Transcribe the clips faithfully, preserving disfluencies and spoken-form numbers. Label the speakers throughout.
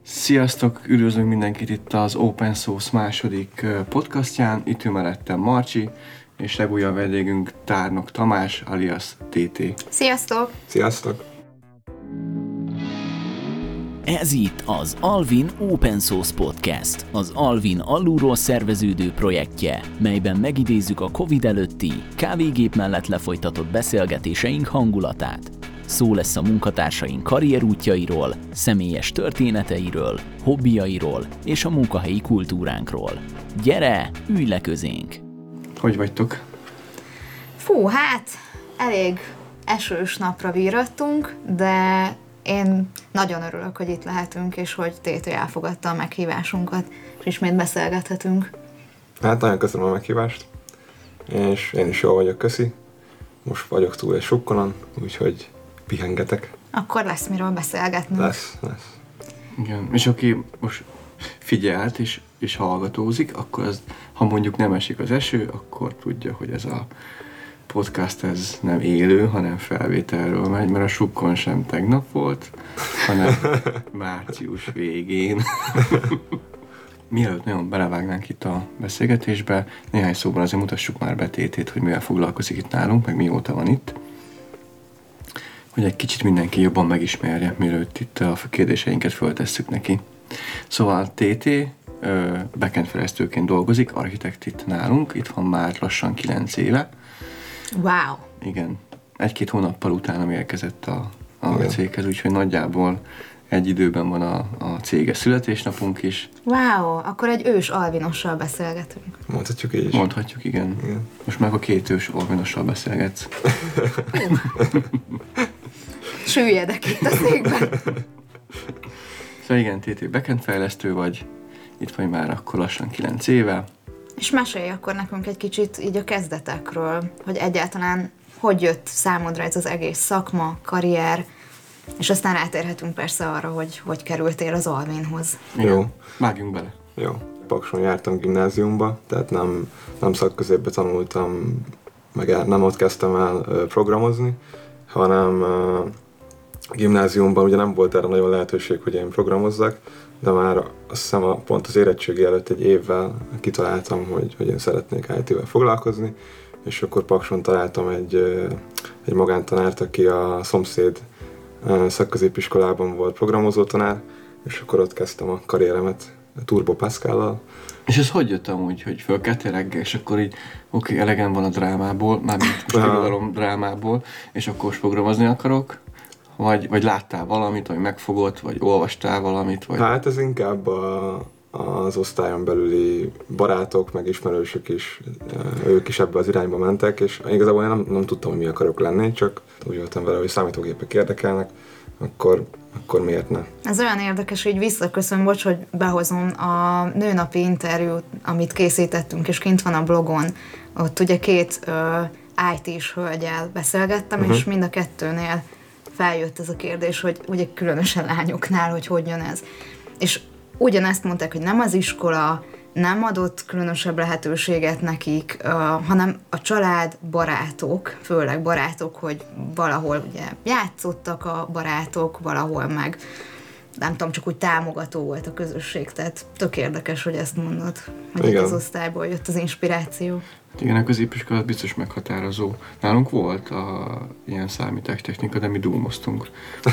Speaker 1: Sziasztok! Üdvözlünk mindenkit itt az Open Source második podcastján. Itt ül mellettem Marcsi, és legújabb vendégünk Tárnok Tamás, alias té té.
Speaker 2: Sziasztok!
Speaker 3: Sziasztok!
Speaker 4: Ez itt az Alvin Open Source Podcast, az Alvin alulról szerveződő projektje, melyben megidézzük a Covid előtti, kávégép mellett lefolytatott beszélgetéseink hangulatát. Szó lesz a munkatársaink karrierútjairól, személyes történeteiről, hobbiairól és a munkahelyi kultúránkról. Gyere, ülj le közénk!
Speaker 1: Hogy vagytok?
Speaker 2: Fú, hát elég esős napra virrattunk, de én nagyon örülök, hogy itt lehetünk, és hogy té té elfogadta a meghívásunkat, és ismét beszélgethetünk.
Speaker 3: Hát nagyon köszönöm a meghívást, és én is jól vagyok, köszi. Most vagyok túl egy sukkonon, úgyhogy pihengetek.
Speaker 2: Akkor lesz miről beszélgetnünk.
Speaker 3: Lesz, lesz.
Speaker 1: Igen, és aki most figyelt és, és hallgatózik, akkor az, ha mondjuk nem esik az eső, akkor tudja, hogy ez a podcast ez nem élő, hanem felvételről megy, mert a sukkon sem tegnap volt, hanem március végén. Mielőtt nagyon belevágnánk itt a beszélgetésbe, néhány szóban azért mutassuk már be té tét, hogy mivel foglalkozik itt nálunk, meg mióta van itt. Hogy egy kicsit mindenki jobban megismerje, mielőtt itt a kérdéseinket föltesszük neki. Szóval té té backend fejlesztőként dolgozik, architekt itt nálunk, itt van már lassan kilenc éve.
Speaker 2: Wow!
Speaker 1: Igen, egy-két hónappal utána érkezett a, a céghez, úgyhogy nagyjából egy időben van a, a céges születésnapunk is.
Speaker 2: Wow, akkor egy ős alvinossal beszélgetünk.
Speaker 3: Mondhatjuk így is.
Speaker 1: Mondhatjuk, igen. igen. Most meg a két ős alvinossal beszélgetsz.
Speaker 2: Süllyedek itt a székben.
Speaker 1: Szóval igen, té té backend fejlesztő vagy, itt vagy már akkor lassan kilenc éve.
Speaker 2: És mesélj akkor nekünk egy kicsit így a kezdetekről, hogy egyáltalán hogy jött számodra ez az egész szakma, karrier, és aztán rátérhetünk persze arra, hogy hogy kerültél az Alvinhoz.
Speaker 3: Jó.
Speaker 1: Vágjunk bele.
Speaker 3: Jó. Pakson jártam gimnáziumba, tehát nem, nem szakközépbe tanultam, meg el, nem ott kezdtem el programozni, hanem uh, gimnáziumban ugye nem volt erre nagyon lehetőség, hogy én programozzak, de már azt hiszem a, pont az érettségi előtt egy évvel kitaláltam, hogy, hogy én szeretnék í té-vel foglalkozni, és akkor Pakson találtam egy, egy magántanárt, aki a szomszéd szakközépiskolában volt programozó tanár, és akkor ott kezdtem a karrieremet Turbo Pascallal.
Speaker 1: És ez hogy jött amúgy, hogy fölkeltél reggel, és akkor így oké, okay, elegem van a drámából, mármint most irodalom drámából, és akkor most programozni akarok? Vagy, vagy láttál valamit, vagy megfogott, vagy olvastál valamit? Vagy...
Speaker 3: Hát ez inkább a, az osztályon belüli barátok, meg ismerősök is, ők is ebbe az irányba mentek, és igazából én nem, nem tudtam, hogy mi akarok lenni, csak úgy voltam vele, hogy számítógépek érdekelnek, akkor, akkor miért ne? Ez
Speaker 2: olyan érdekes, hogy visszaköszön, bocs, hogy behozom a nőnapi interjút, amit készítettünk, és kint van a blogon. Ott ugye két uh, í té-s hölgyel beszélgettem, uh-huh. és mind a kettőnél feljött ez a kérdés, hogy ugye különösen lányoknál, hogy hogy jön ez. És ugyanezt mondták, hogy nem az iskola nem adott különösebb lehetőséget nekik, uh, hanem a család, barátok, főleg barátok, hogy valahol ugye játszottak a barátok, valahol meg nem tudom, csak úgy támogató volt a közösség, tehát tök érdekes, hogy ezt mondod, hogy itt az osztályból jött az inspiráció.
Speaker 1: Igen, a középiskola biztos meghatározó. Nálunk volt a ilyen számítástechnika, de mi dúmoztunk.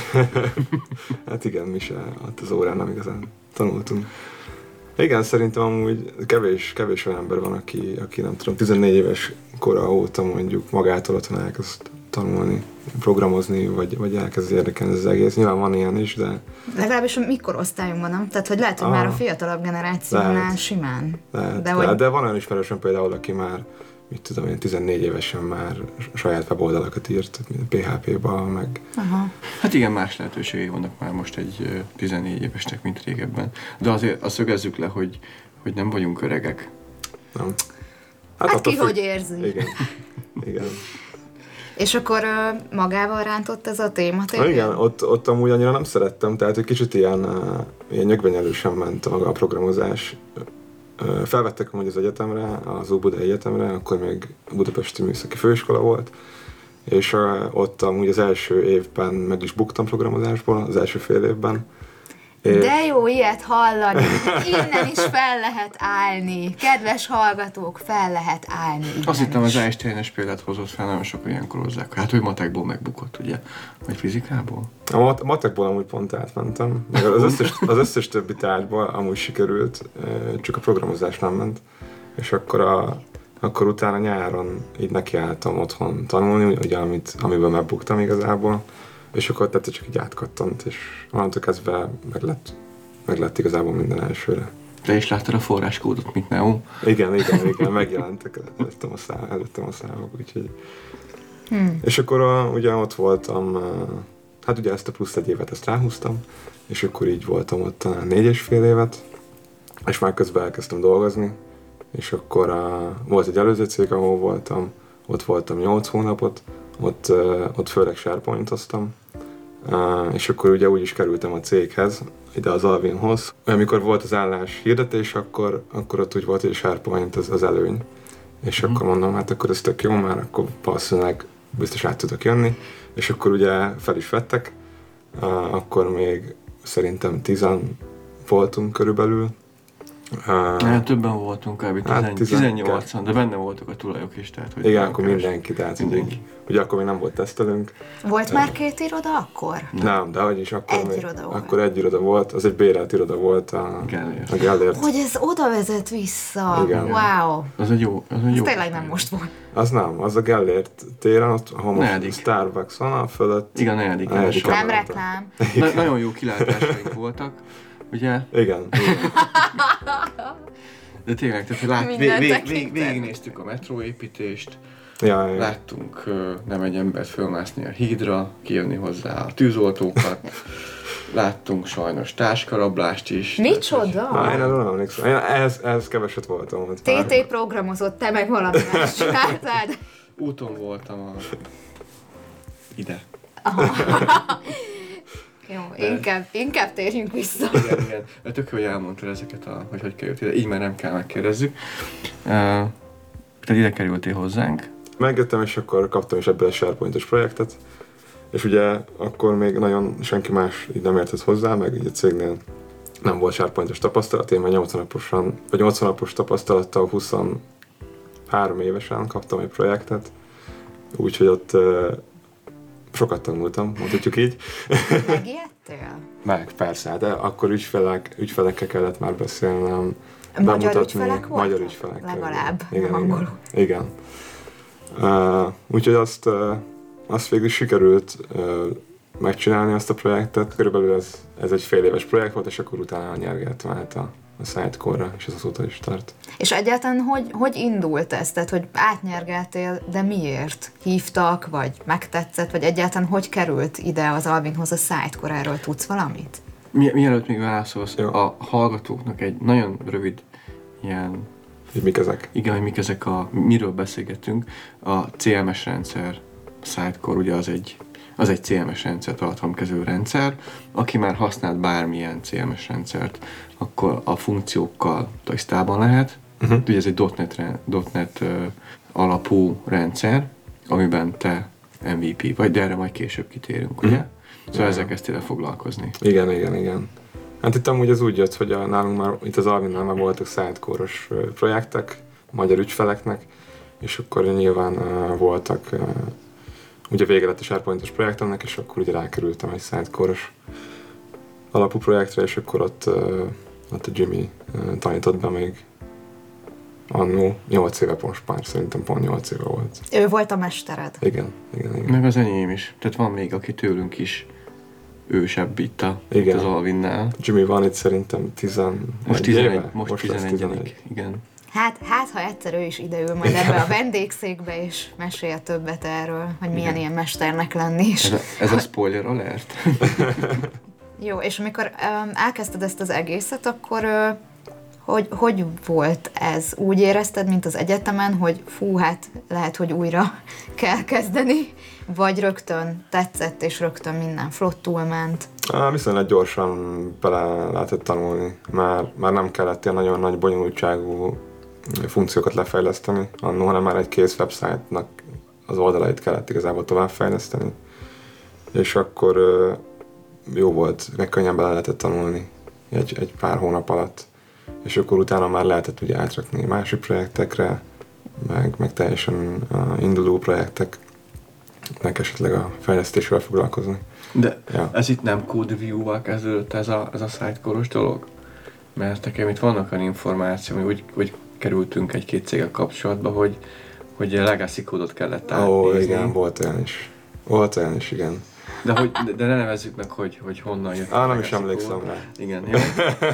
Speaker 3: Hát igen, mi se, ott az órán nem igazán tanultunk. Igen, szerintem amúgy kevés, kevés olyan ember van, aki, aki nem tudom, tizennégy éves kora óta mondjuk magától otthon elkezd tanulni, programozni, vagy, vagy elkezd érdekelni az egész. Nyilván van ilyen is, de...
Speaker 2: Legalábbis a mi korosztályunkban, nem? Tehát, hogy lehet, hogy ah, már a fiatalabb generációnál lehet, simán.
Speaker 3: Lehet, de, hogy... de van olyan ismerősöm például, aki már, mit tudom én, tizennégy évesen már saját weboldalakat írt, pé há pé-ba, meg...
Speaker 2: Aha.
Speaker 1: Hát igen, más lehetőségei vannak már most egy tizennégy évesnek, mint régebben. De azért azt szögezzük le, hogy, hogy nem vagyunk öregek.
Speaker 3: Nem.
Speaker 2: Hát, hát ki függ... hogy érzi.
Speaker 3: Igen. Igen.
Speaker 2: És akkor uh, magával rántott ez a téma tényleg?
Speaker 3: Igen, ott, ott amúgy annyira nem szerettem, tehát egy kicsit ilyen, uh, ilyen nyögvenyelősen ment maga a programozás. Uh, felvettek amúgy az egyetemre, az Óbudai Egyetemre, akkor még a Budapesti Műszaki Főiskola volt, és uh, ott amúgy az első évben meg is buktam programozásból, az első fél évben.
Speaker 2: De jó ilyet hallani, innen is fel lehet állni. Kedves hallgatók, fel lehet állni.
Speaker 1: Azt hittem, az Einstein-es példát hozott fel, nagyon sok ilyenkor hozzák. Hát, hogy matekból megbukott, ugye? Vagy fizikából?
Speaker 3: A mat- matekból amúgy pont átmentem. Meg az összes, az összes többi tárgyból amúgy sikerült, csak a programozás nem ment. És akkor, a, akkor utána nyáron így nekiálltam otthon tanulni, ugye, amit, amiben megbuktam igazából. És akkor tehát csak így átkattant, és onnantól kezdve meg lett, meg lett igazából minden elsőre.
Speaker 1: Te is láttad a forráskódot, mint Neo?
Speaker 3: Igen, igen, igen, megjelentek előttem a, szám, előttem a számok, úgyhogy... Hmm. És akkor a, ugye ott voltam, hát ugye ezt a plusz egy évet ezt ráhúztam, és akkor így voltam ott talán négy és fél évet, és már közben elkezdtem dolgozni, és akkor a, volt egy előző cég, ahol voltam, ott voltam nyolc hónapot, ott, ott főleg SharePoint-oztam, és akkor ugye úgy is kerültem a céghez, ide az Alvinhoz. Amikor volt az állás hirdetés, akkor, akkor ott úgy volt, hogy a SharePoint az, az előny. És mm. akkor mondom, hát akkor ez tök jó, már akkor valószínűleg biztos át tudok jönni. És akkor ugye fel is vettek, akkor még szerintem tizen voltunk körülbelül.
Speaker 1: Hát többen voltunk, kb.
Speaker 3: Hát
Speaker 1: tizennyolcan, de benne voltak a tulajok is. Tehát, hogy
Speaker 3: igen, akkor mindenki, tehát mindenki. Ugye akkor még nem volt tesztelünk.
Speaker 2: Volt uh, már két iroda akkor?
Speaker 3: Nem, de hogy is akkor
Speaker 2: egy
Speaker 3: még,
Speaker 2: iroda volt.
Speaker 3: Akkor egy iroda volt, az egy bérelt iroda volt a
Speaker 1: Gellért.
Speaker 3: A Gellért.
Speaker 2: Hogy ez oda vezet vissza.
Speaker 3: Igen.
Speaker 2: Wow.
Speaker 1: Az egy jó. Az egy
Speaker 2: ez
Speaker 1: jó
Speaker 2: tényleg nem most volt.
Speaker 3: Az nem, az a Gellért téren, ott, ahol most
Speaker 1: negyedik.
Speaker 3: Starbucks van, a fölött.
Speaker 1: Igen, negyedik.
Speaker 3: A negyedik
Speaker 2: nem reklám.
Speaker 1: Na, nagyon jó kilátásaink voltak, ugye?
Speaker 3: Igen. igen.
Speaker 1: De tényleg, tehát lát, vég, vég, vég, végignéztük a metróépítést,
Speaker 3: ja, ja.
Speaker 1: láttunk uh, nem egy embert fölmászni a hídra, kijönni hozzá a tűzoltókat, láttunk sajnos táskarablást is.
Speaker 2: Micsoda?
Speaker 3: Na, én erről nem emlékszem. Én ehhez, ehhez keveset voltam.
Speaker 2: té té programozott, te meg valami más csináltál.
Speaker 1: Úton voltam a... ide.
Speaker 2: Jó, inkább, inkább térjünk vissza.
Speaker 1: Igen, igen. Tök jó, hogy elmondtad ezeket, a, hogy hogy került ide. Így már nem kell megkérdezzük. Uh, tehát ide kerültél hozzánk.
Speaker 3: Megjöttem, és akkor kaptam is ebből a SharePoint-os projektet. És ugye akkor még nagyon senki más így nem értett hozzá, meg így a cégnél nem volt SharePoint-os tapasztalat. Én már nyolcvan naposan, vagy nyolcvan napos tapasztalattal huszonhárom évesen kaptam egy projektet. Úgyhogy ott uh, sokat tanultam, mondhatjuk így.
Speaker 2: Megijedtél?
Speaker 3: Meg, persze, de akkor ügyfelek, ügyfelekkel kellett már beszélnem.
Speaker 2: Magyar ügyfelek voltak?
Speaker 3: Magyar ügyfelek.
Speaker 2: Legalább,
Speaker 3: igen,
Speaker 2: nem angolul.
Speaker 3: Igen. igen. Uh, úgyhogy azt, uh, azt végül sikerült uh, megcsinálni azt a projektet. Körülbelül ez, ez egy fél éves projekt volt, és akkor utána nyergeltem át a, a Sitecore-ra, és ez azóta is tart.
Speaker 2: És egyáltalán hogy, hogy indult ez? Tehát, hogy átnyergeltél, de miért? Hívtak, vagy megtetszett, vagy egyáltalán hogy került ide az Alvinhoz a Sitecore? Erről tudsz valamit?
Speaker 1: Mi, mielőtt még válaszolsz,
Speaker 3: Jó.
Speaker 1: a hallgatóknak egy nagyon rövid ilyen...
Speaker 3: Így mik ezek?
Speaker 1: Igen, hogy mik ezek a... Miről beszélgetünk. A cé em es rendszer, a Sitecore, ugye az egy, az egy cé em es rendszer, tartalomkezelő rendszer. Aki már használt bármilyen cé em es rendszert, akkor a funkciókkal tisztában lehet. Uh-huh. Ugye ez egy .NET, .NET uh, alapú rendszer, amiben te em vé pé vagy, de erre majd később kitérünk, ugye? Uh-huh. Szóval ezzel kezdtél el foglalkozni.
Speaker 3: Igen, igen, igen. Hát itt amúgy az úgy jött, hogy a, nálunk már, itt az Alvinnál már voltak Sitecore-os projektek, magyar ügyfeleknek, és akkor nyilván uh, voltak, uh, ugye vége lett a SharePoint-os projektemnek, és akkor ugye rákerültem egy Sitecore-os alapú projektre, és akkor ott, uh, ott a Jimmy uh, tanított be még annó, nyolc éve most már, szerintem pont nyolc éve volt.
Speaker 2: Ő volt a mestered.
Speaker 3: Igen, igen, igen.
Speaker 1: Meg az enyém is. Tehát van még, aki tőlünk is ősebb itt, a,
Speaker 3: Igen.
Speaker 1: itt az Alvinnál.
Speaker 3: Jimmy van itt szerintem tizenegy
Speaker 1: Most tizenegy,
Speaker 3: éve?
Speaker 1: most tizenegyedik, igen.
Speaker 2: Hát, hát, ha egyszer ő is ideül majd ebbe a vendégszékbe, és mesél többet erről, hogy milyen
Speaker 1: Igen.
Speaker 2: ilyen mesternek lenni is.
Speaker 1: Ez a, ez a spoiler alert.
Speaker 2: Jó, és amikor um, elkezdted ezt az egészet, akkor uh, hogy, hogy volt ez? Úgy érezted, mint az egyetemen, hogy fú, hát lehet, hogy újra kell kezdeni? Vagy rögtön tetszett, és rögtön minden flottul ment?
Speaker 3: Á, viszonylag gyorsan bele lehetett tanulni. Már, már nem kellett ilyen nagyon nagy bonyolultságú funkciókat lefejleszteni, annól, hanem már egy kész website-nak az oldalait kellett igazából továbbfejleszteni. És akkor jó volt, meg könnyen bele lehetett tanulni egy, egy pár hónap alatt. És akkor utána már lehetett ugye átrakni másik projektekre, meg, meg teljesen uh, induló projekteknek esetleg a fejlesztésével foglalkozni.
Speaker 1: De
Speaker 3: ja.
Speaker 1: ez itt nem code review-val kezdődött ez a, ez a Sitecore-os dolog? Mert nekem itt vannak olyan információ, hogy úgy, úgy kerültünk egy-két céggel kapcsolatba, hogy, hogy legacy kódot kellett átnézni.
Speaker 3: Ó, igen, volt olyan is. Volt olyan is, igen.
Speaker 1: De, hogy, de, de ne nevezzük meg, hogy, hogy honnan jött.
Speaker 3: Á, nem is emlékszem rá.
Speaker 1: Igen, jó.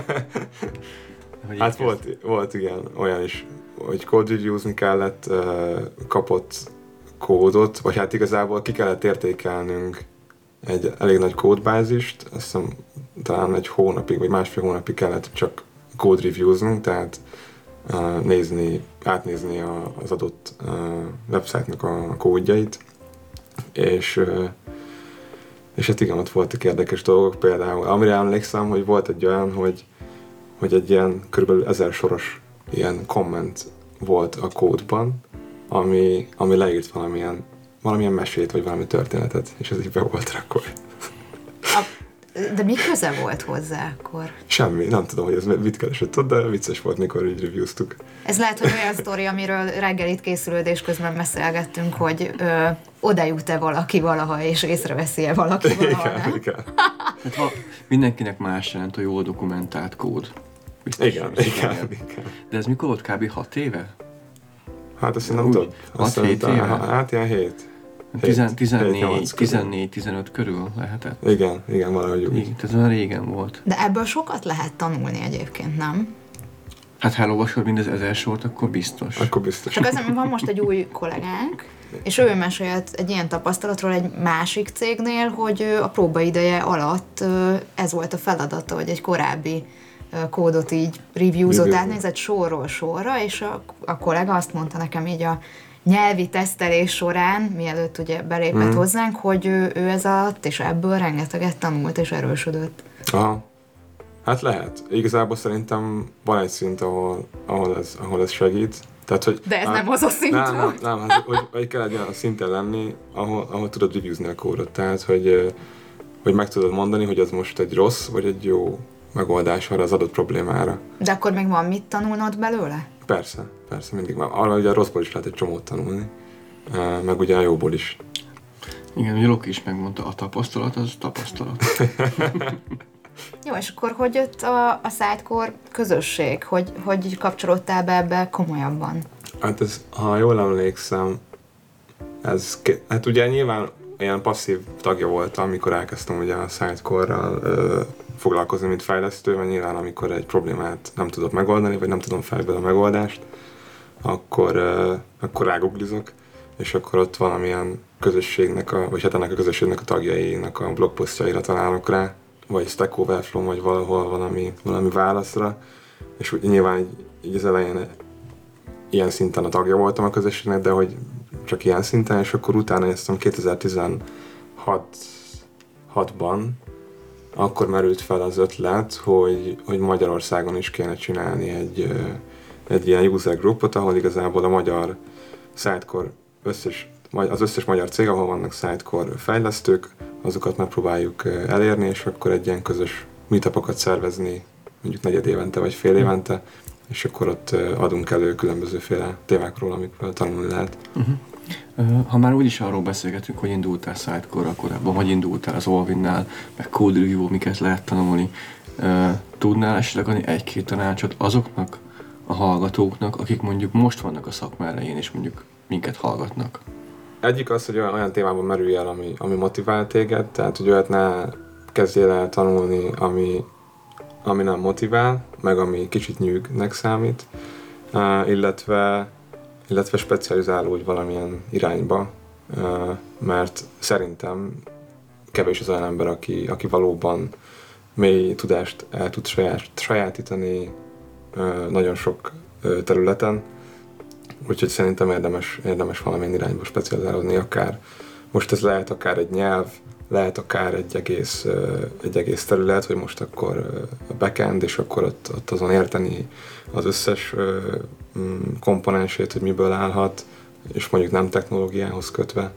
Speaker 3: Hát volt, volt, igen, olyan is, hogy code review-zni kellett, uh, kapott kódot, vagy hát igazából ki kellett értékelnünk egy elég nagy kódbázist, azt hiszem talán egy hónapig, vagy másfél hónapig kellett csak code review-znunk, tehát uh, nézni, átnézni a, az adott uh, website-nak a kódjait, és, uh, és hát igen, ott voltak érdekes dolgok, például amire emlékszem, hogy volt egy olyan, hogy, hogy egy ilyen körülbelül ezer soros ilyen komment volt a kódban, ami, ami leírt valamilyen, valamilyen mesét, vagy valami történetet, és ez így be volt rakva.
Speaker 2: De mi köze volt hozzá akkor?
Speaker 3: Semmi, nem tudom, hogy ez mit keresett ott, de vicces volt, mikor így reviewztuk.
Speaker 2: Ez lehet, hogy olyan sztori, amiről reggelit készülődés közben beszélgettünk, hogy ö, oda jut-e valaki valaha, és észreveszi-e valaki valaha,
Speaker 3: Igen,
Speaker 2: nem?
Speaker 3: igen.
Speaker 1: Hát, ha mindenkinek más jelent a jól dokumentált kód. Biztos,
Speaker 3: Igen,
Speaker 1: biztos
Speaker 3: igen,
Speaker 1: igen.
Speaker 3: igen.
Speaker 1: De ez mikor volt, kb. hat éve?
Speaker 3: Hát azt nem
Speaker 1: Úgy,
Speaker 3: több. Azt
Speaker 1: hat-hét
Speaker 3: hiszem,
Speaker 1: éve?
Speaker 3: Hát ilyen hét.
Speaker 1: tizennégy tizenöt körül lehetett.
Speaker 3: Igen, igen, valahogy úgy.
Speaker 1: Igen, tehát olyan régen volt.
Speaker 2: De ebből sokat lehet tanulni egyébként, nem?
Speaker 1: Hát ha elolvasod mindez ezer sort, akkor biztos.
Speaker 3: Akkor biztos.
Speaker 2: Csak azért, van most egy új kollégánk, és ő mesélt egy ilyen tapasztalatról egy másik cégnél, hogy a próbaideje alatt ez volt a feladata, hogy egy korábbi kódot így reviewzott, átnézett sorról sorra, és a, a kollega azt mondta nekem így a nyelvi tesztelés során, mielőtt ugye belépett mm. hozzánk, hogy ő, ő ez alatt, és ebből rengeteget tanult és erősödött.
Speaker 3: Aha. Hát lehet. Igazából szerintem van egy szint, ahol, ahol, ez, ahol ez segít. Tehát, hogy,
Speaker 2: De ez
Speaker 3: hát,
Speaker 2: nem az a szint
Speaker 3: Nem, nem,
Speaker 2: volt.
Speaker 3: nem hát, hogy, hogy kell egy olyan szinten lenni, ahol, ahol tudod reviewzni a kódot. Tehát, hogy, hogy meg tudod mondani, hogy ez most egy rossz, vagy egy jó megoldás arra az adott problémára.
Speaker 2: De akkor még van mit tanulnod belőle?
Speaker 3: Persze, persze, mindig van. Arra ugye a rosszból is lehet egy csomót tanulni, meg ugye a jóból is.
Speaker 1: Igen, ugye Loki is megmondta, a tapasztalat az tapasztalat.
Speaker 2: Jó, és akkor hogy jött a, a Sitecore közösség? Hogy, hogy kapcsolódtál be ebbe komolyabban?
Speaker 3: Hát ez, ha jól emlékszem, ez, hát ugye nyilván ilyen passzív tagja voltam, amikor elkezdtem ugye a Sitecore-ral ö, foglalkozni, mint fejlesztő, mert nyilván amikor egy problémát nem tudok megoldani, vagy nem tudom fel a megoldást, akkor, ö, akkor rágooglizok, és akkor ott valamilyen közösségnek, a, vagy hát ennek a közösségnek a tagjainak a blogposztjaira találok rá, vagy Stack Overflow, vagy valahol valami, valami válaszra, és úgy, nyilván így, így az elején ilyen szinten a tagja voltam a közösségnek, de hogy csak ilyen szinten, és akkor utána ezt kétezer-tizenhatban akkor merült fel az ötlet, hogy, hogy Magyarországon is kéne csinálni egy, egy ilyen user groupot, ahol igazából a magyar Sitecore összes, az összes magyar cég, ahol vannak Sitecore fejlesztők, azokat megpróbáljuk elérni, és akkor egy ilyen közös meetupokat szervezni, mondjuk negyed évente vagy fél évente, és akkor ott adunk elő különbözőféle témákról, amikről tanulni lehet.
Speaker 1: Uh-huh. Ha már úgyis arról beszélgetünk, hogy indultál Sitecore-ra korábban, vagy indultál az Alvinnál, meg code review, miket lehet tanulni, tudnál esetleg adni egy-két tanácsot azoknak a hallgatóknak, akik mondjuk most vannak a szakma elején, és mondjuk minket hallgatnak?
Speaker 3: Egyik az, hogy olyan, olyan témában merülj el, ami, ami motivál téged, tehát hogy olyat ne kezdjél el tanulni, ami, ami nem motivál, meg ami kicsit nyűgnek számít, uh, illetve, illetve specializálódj valamilyen irányba, uh, mert szerintem kevés az olyan ember, aki, aki valóban mély tudást el tud saját, sajátítani uh, nagyon sok uh, területen, úgyhogy szerintem érdemes, érdemes valamilyen irányba specializálódni, akár most ez lehet akár egy nyelv, lehet akár egy egész, egy egész terület, hogy most akkor a backend, és akkor ott, ott azon érteni az összes komponensét, hogy miből állhat, és mondjuk nem technológiához kötve.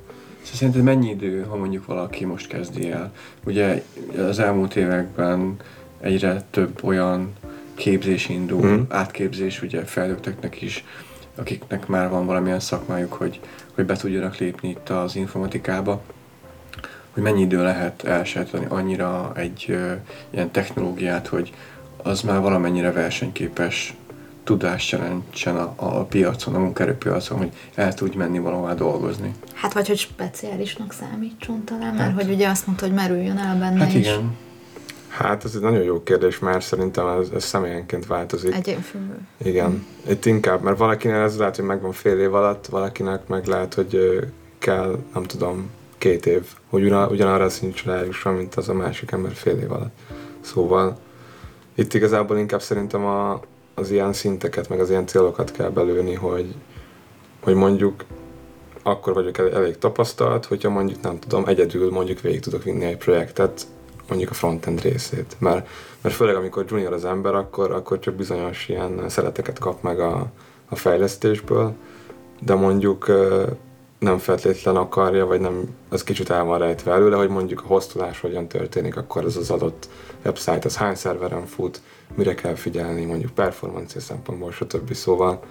Speaker 1: Szerinted mennyi idő, ha mondjuk valaki most kezdi el? Ugye az elmúlt években egyre több olyan képzés indul, mm. átképzés ugye felnőtteknek is, akiknek már van valamilyen szakmájuk, hogy, hogy be tudjanak lépni itt az informatikába. Hogy mennyi idő lehet elsajátítani annyira egy ö, ilyen technológiát, hogy az már valamennyire versenyképes tudást jelentsen a, a piacon, a munkaerőpiacon, hogy el tudj menni valahová dolgozni.
Speaker 2: Hát vagy hogy speciálisnak számítson talán, mert hát, hogy ugye azt mondta, hogy merüljön el benne
Speaker 1: hát
Speaker 2: is.
Speaker 1: igen.
Speaker 3: Hát ez egy nagyon jó kérdés, mert szerintem ez, ez személyenként változik.
Speaker 2: Egyénfüggő.
Speaker 3: Igen.
Speaker 2: Mm.
Speaker 3: Itt inkább, mert valakinek ez lehet, hogy megvan fél év alatt, valakinek meg lehet, hogy ö, kell, nem tudom, két év, hogy ugyan, ugyanarra a szintre eljusson, mint az a másik ember fél év alatt. Szóval itt igazából inkább szerintem a, az ilyen szinteket, meg az ilyen célokat kell belőni, hogy, hogy mondjuk akkor vagyok el, elég tapasztalt, hogyha mondjuk nem tudom, egyedül mondjuk végig tudok vinni egy projektet, mondjuk a frontend részét. Mert, mert főleg amikor junior az ember, akkor, akkor csak bizonyos ilyen szereteket kap meg a, a fejlesztésből, de mondjuk nem feltétlen akarja, vagy nem, az kicsit el van rejtve előle, hogy mondjuk a hostolás hogyan történik, akkor az az adott website, az hány szerveren fut, mire kell figyelni, mondjuk performance szempontból, stb. Szóval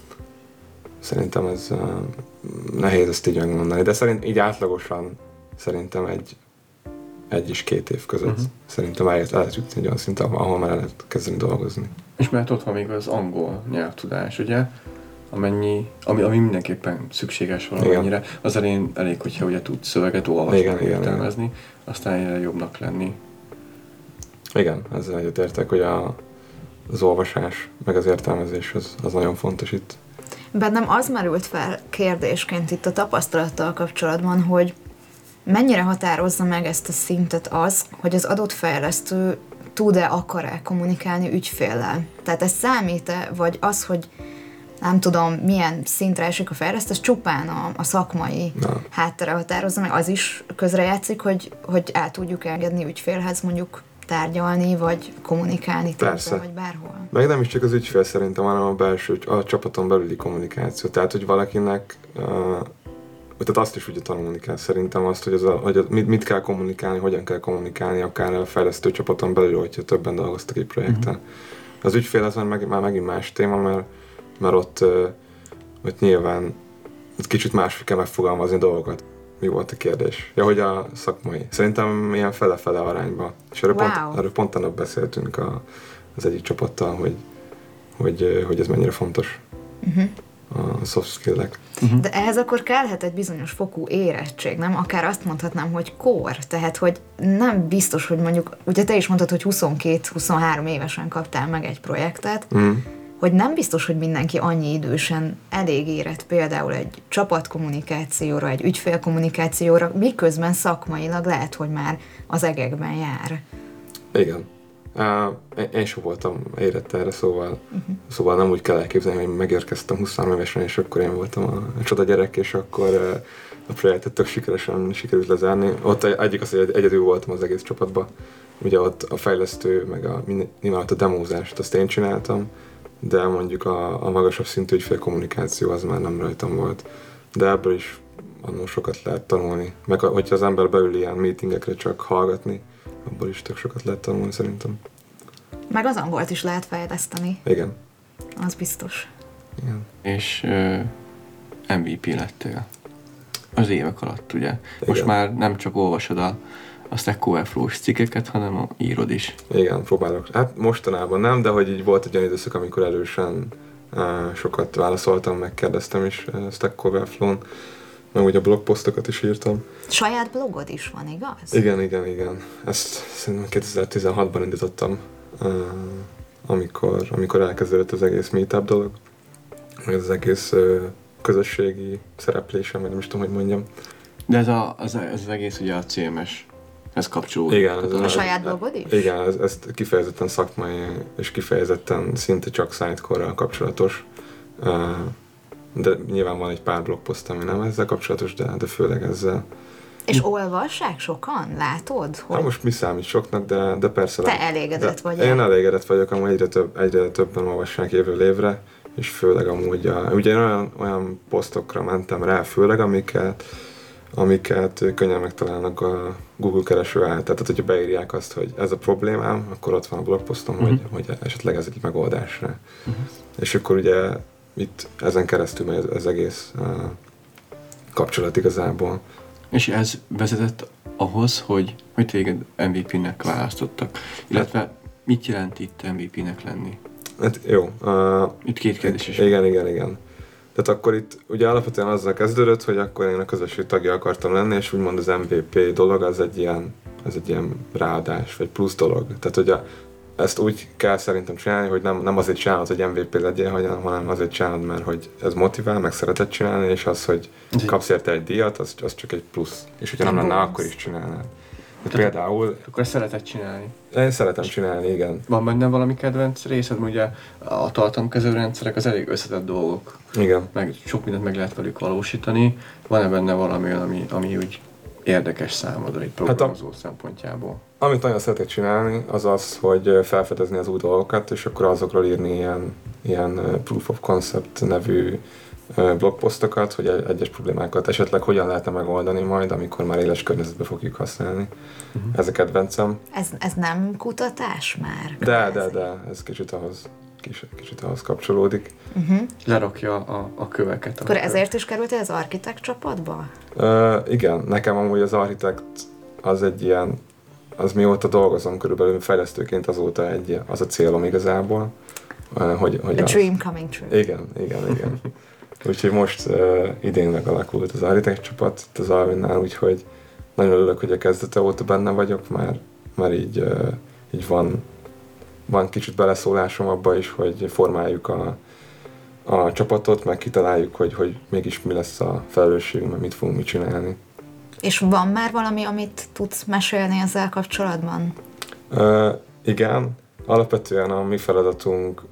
Speaker 3: szerintem ez uh, nehéz ezt így megmondani, de szerint így átlagosan szerintem egy, egy és két év között uh-huh. szerintem el lehet jutni egy olyan szinten, ahol már el lehet kezdeni dolgozni.
Speaker 1: És mert ott van még az angol nyelvtudás, ugye? Amennyi, ami, ami mindenképpen szükséges valamennyire. Az elején elég, hogyha ugye tudsz szöveget olvasni, igen, értelmezni, igen. Aztán egyre jobbnak lenni.
Speaker 3: Igen, ezzel egyetértek, hogy a, az olvasás, meg az értelmezés az, az nagyon fontos itt.
Speaker 2: Bennem az merült fel kérdésként itt a tapasztalattal kapcsolatban, hogy mennyire határozza meg ezt a szintet az, hogy az adott fejlesztő tud-e, akar-e kommunikálni ügyféllel. Tehát ez számít-e, vagy az, hogy nem tudom, milyen szintre esik a fejlesztés, csupán a, a szakmai Na. háttere határozza meg, az is közrejátszik, hogy, hogy el tudjuk engedni ügyfélhez mondjuk tárgyalni, vagy kommunikálni tőle, vagy bárhol.
Speaker 3: Meg nem is csak az ügyfél szerintem, hanem a belső, a csapaton belüli kommunikáció. Tehát, hogy valakinek, uh, tehát azt is ugye tanulni kell szerintem azt, hogy, az a, hogy a, mit, mit kell kommunikálni, hogyan kell kommunikálni, akár a fejlesztő csapaton belül, hogyha többen dolgoztak egy projekten. Mm-hmm. Az ügyfél az már, meg, már megint más téma, mert, mert ott, uh, ott nyilván ott kicsit máshogy kell megfogalmazni dolgokat. Mi volt a kérdés? Ja, hogy a szakmai. Szerintem ilyen fele-fele arányban. És erről, wow. pont, erről pont annap beszéltünk a, az egyik csapattal, hogy, hogy, hogy ez mennyire fontos. Uh-huh. A soft skill-ek.
Speaker 2: Uh-huh. De ehhez akkor kellhet egy bizonyos fokú érettség, nem? Akár azt mondhatnám, hogy kor. Tehát, hogy nem biztos, hogy mondjuk, ugye te is mondtad, hogy huszonkettő-huszonhárom évesen kaptál meg egy projektet, uh-huh. hogy nem biztos, hogy mindenki annyi idősen elég érett például egy csapatkommunikációra, egy ügyfélkommunikációra, miközben szakmailag lehet, hogy már az egekben jár.
Speaker 3: Igen. Uh, én sem voltam érett erre, szóval, uh-huh. szóval nem úgy kell elképzelni, hogy megérkeztem huszonhárom évesen, és akkor én voltam a, a csoda gyerek, és akkor uh, a projektet tök sikeresen sikerült lezárni. Ott egyik az, hogy egyedül voltam az egész csapatban. Ugye ott a fejlesztő, meg a, nyilván a demózást azt én csináltam, de mondjuk a, a magasabb szintű ügyfélkommunikáció az már nem rajtam volt. De ebből is annól sokat lehet tanulni. Meg hogyha az ember beül ilyen meetingekre csak hallgatni, abból is tök sokat lehet tanulni szerintem.
Speaker 2: Meg az angolt is lehet fejleszteni.
Speaker 3: Igen.
Speaker 2: Az biztos.
Speaker 3: Igen.
Speaker 1: És uh, em vé pé lettél az évek alatt, ugye? Igen. Most már nem csak olvasod a a Stack Overflow-s cikkeket, hanem a írod is.
Speaker 3: Igen, próbálok. Hát mostanában nem, de hogy így volt egy olyan időszak, amikor elősen uh, sokat válaszoltam, megkérdeztem is uh, Stack Overflow-n, meg ugye a blogposztokat is írtam.
Speaker 2: Saját blogod is van, igaz?
Speaker 3: Igen, igen, igen. Ezt szerintem kétezer-tizenhatban indítottam, uh, amikor, amikor elkezdődött az egész meetup dolog, meg az egész uh, közösségi szereplésem, vagy nem is tudom, hogy mondjam.
Speaker 1: De ez, a, az, ez az egész ugye a cé em es, ez kapcsolódik.
Speaker 3: Igen, ez
Speaker 2: a, a saját blogod is?
Speaker 3: Igen, ez, ez kifejezetten szakmai, és kifejezetten szinte csak Sitecore-ral kapcsolatos. De nyilván van egy pár blogposzt, ami nem ezzel kapcsolatos, de, de főleg ezzel.
Speaker 2: És olvassák sokan? Látod? Hogy...
Speaker 3: Hát most mi számít soknak, de, de persze...
Speaker 2: Te elégedett vagy?
Speaker 3: Én elégedett vagyok, amúgy egyre, több, egyre többen olvassák évről évre, és főleg amúgy, a, ugye olyan, olyan posztokra mentem rá, főleg amiket amiket könnyen megtalálnak a Google kereső által. Tehát, hogyha beírják azt, hogy ez a problémám, akkor ott van a blogposztom, uh-huh. hogy, hogy esetleg ez egy megoldás rá. Uh-huh. És akkor ugye itt ezen keresztül megy az egész uh, kapcsolat igazából.
Speaker 1: És ez vezetett ahhoz, hogy, hogy téged em vé pé-nek választottak. Illetve mit jelent itt em vé pé-nek lenni?
Speaker 3: Hát jó. Uh,
Speaker 1: itt két kérdés is.
Speaker 3: Igen, igen, igen. Tehát akkor itt ugye alapvetően azzal kezdődött, hogy akkor én a közösség tagja akartam lenni, és úgymond az em vé pé dolog az egy ilyen, az egy ilyen ráadás, vagy plusz dolog. Tehát ugye ezt úgy kell szerintem csinálni, hogy nem, nem azért csinálod, hogy em vé pé legyél, hanem azért csinálod, mert hogy ez motivál, meg szereted csinálni, és az, hogy kapsz érte egy díjat, az, az csak egy plusz. És hogyha nem lenne, akkor is csinálnád. Tehát például...
Speaker 1: Akkor szereted csinálni.
Speaker 3: Én szeretem csinálni, igen.
Speaker 1: Van benne valami kedvenc részed? Ugye a tartalomkezelő rendszerek az elég összetett dolgok.
Speaker 3: Igen.
Speaker 1: Meg sok mindent meg lehet velük valósítani. Van-e benne valami, ami, ami úgy érdekes számodra egy programozó hát a, szempontjából?
Speaker 3: Amit nagyon szeretek csinálni, az az, hogy felfedezni az új dolgokat, és akkor azokról írni ilyen, ilyen proof of concept nevű blogposztokat, hogy egyes problémákat esetleg hogyan lehetne megoldani majd, amikor már éles környezetben fogjuk használni. Uh-huh. Ez a kedvencem.
Speaker 2: Ez, ez nem kutatás már?
Speaker 3: De, de, de, ez kicsit ahhoz, kicsit, kicsit ahhoz kapcsolódik.
Speaker 1: Uh-huh. Lerakja a, a köveket.
Speaker 2: Akkor ezért is kerültél az architekt csapatba?
Speaker 3: Uh, igen, nekem amúgy az architekt az egy ilyen, az mióta dolgozom körülbelül fejlesztőként, azóta egy, az a célom igazából. Uh, hogy, hogy
Speaker 2: a
Speaker 3: az,
Speaker 2: dream coming true.
Speaker 3: Igen, igen, igen. Úgyhogy most uh, idén megalakult az architekt csapat az Alvinnál, úgyhogy nagyon örülök, hogy a kezdete óta benne vagyok, már, már így, uh, így van, van kicsit beleszólásom abba is, hogy formáljuk a, a csapatot, meg kitaláljuk, hogy, hogy mégis mi lesz a felelősségünk, meg mit fogunk mi csinálni.
Speaker 2: És van már valami, amit tudsz mesélni ezzel kapcsolatban?
Speaker 3: Uh, igen, alapvetően a mi feladatunk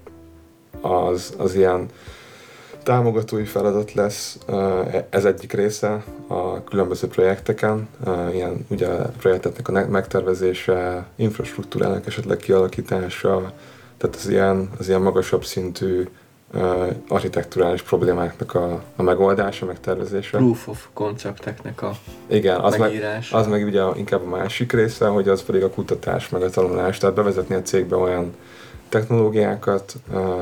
Speaker 3: az, az ilyen támogatói feladat lesz, ez egyik része a különböző projekteken, ilyen ugye a projekteknek a megtervezése, infrastruktúrának esetleg kialakítása, tehát az ilyen, az ilyen magasabb szintű architekturális problémáknak a, a megoldása, megtervezése.
Speaker 1: Proof of concepteknek a
Speaker 3: Igen, az
Speaker 1: megírás.
Speaker 3: meg, az meg ugye inkább a másik része, hogy az pedig a kutatás, meg a tanulás, tehát bevezetni a cégbe olyan technológiákat,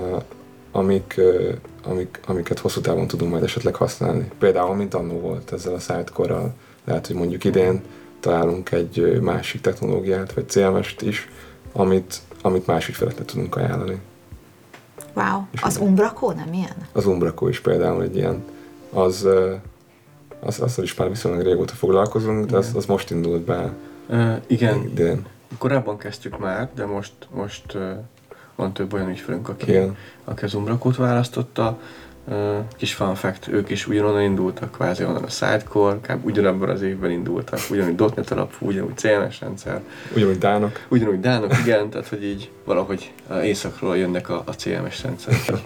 Speaker 3: amik, amik, amiket hosszú távon tudunk majd esetleg használni. Például, mint annó volt ezzel a Sitecore-ral. Lehet, hogy mondjuk idén találunk egy másik technológiát, vagy cé em est is, amit, amit más ügyfeleknek tudunk ajánlani.
Speaker 2: Wow. És az Umbraco nem ilyen?
Speaker 3: Az Umbraco is például egy ilyen. Az, az, azzal is már viszonylag régóta foglalkozunk, de az, az most indult be.
Speaker 1: Uh, igen.
Speaker 3: Idén.
Speaker 1: Korábban kezdtük már, de most, most uh, van több olyan ügyfelünk, aki, aki az Umbracót választotta. Uh, kis fun fact, ők is ugyanonnan indultak, kvázi onnan a Sitecore, kb. Ugyanabban az évben indultak, ugyanúgy dot net alapú, ugyanúgy cé em es rendszer.
Speaker 3: Ugyanúgy dánok.
Speaker 1: Ugyanúgy dánok, igen, tehát hogy így valahogy északról jönnek a, a cé em es rendszerek.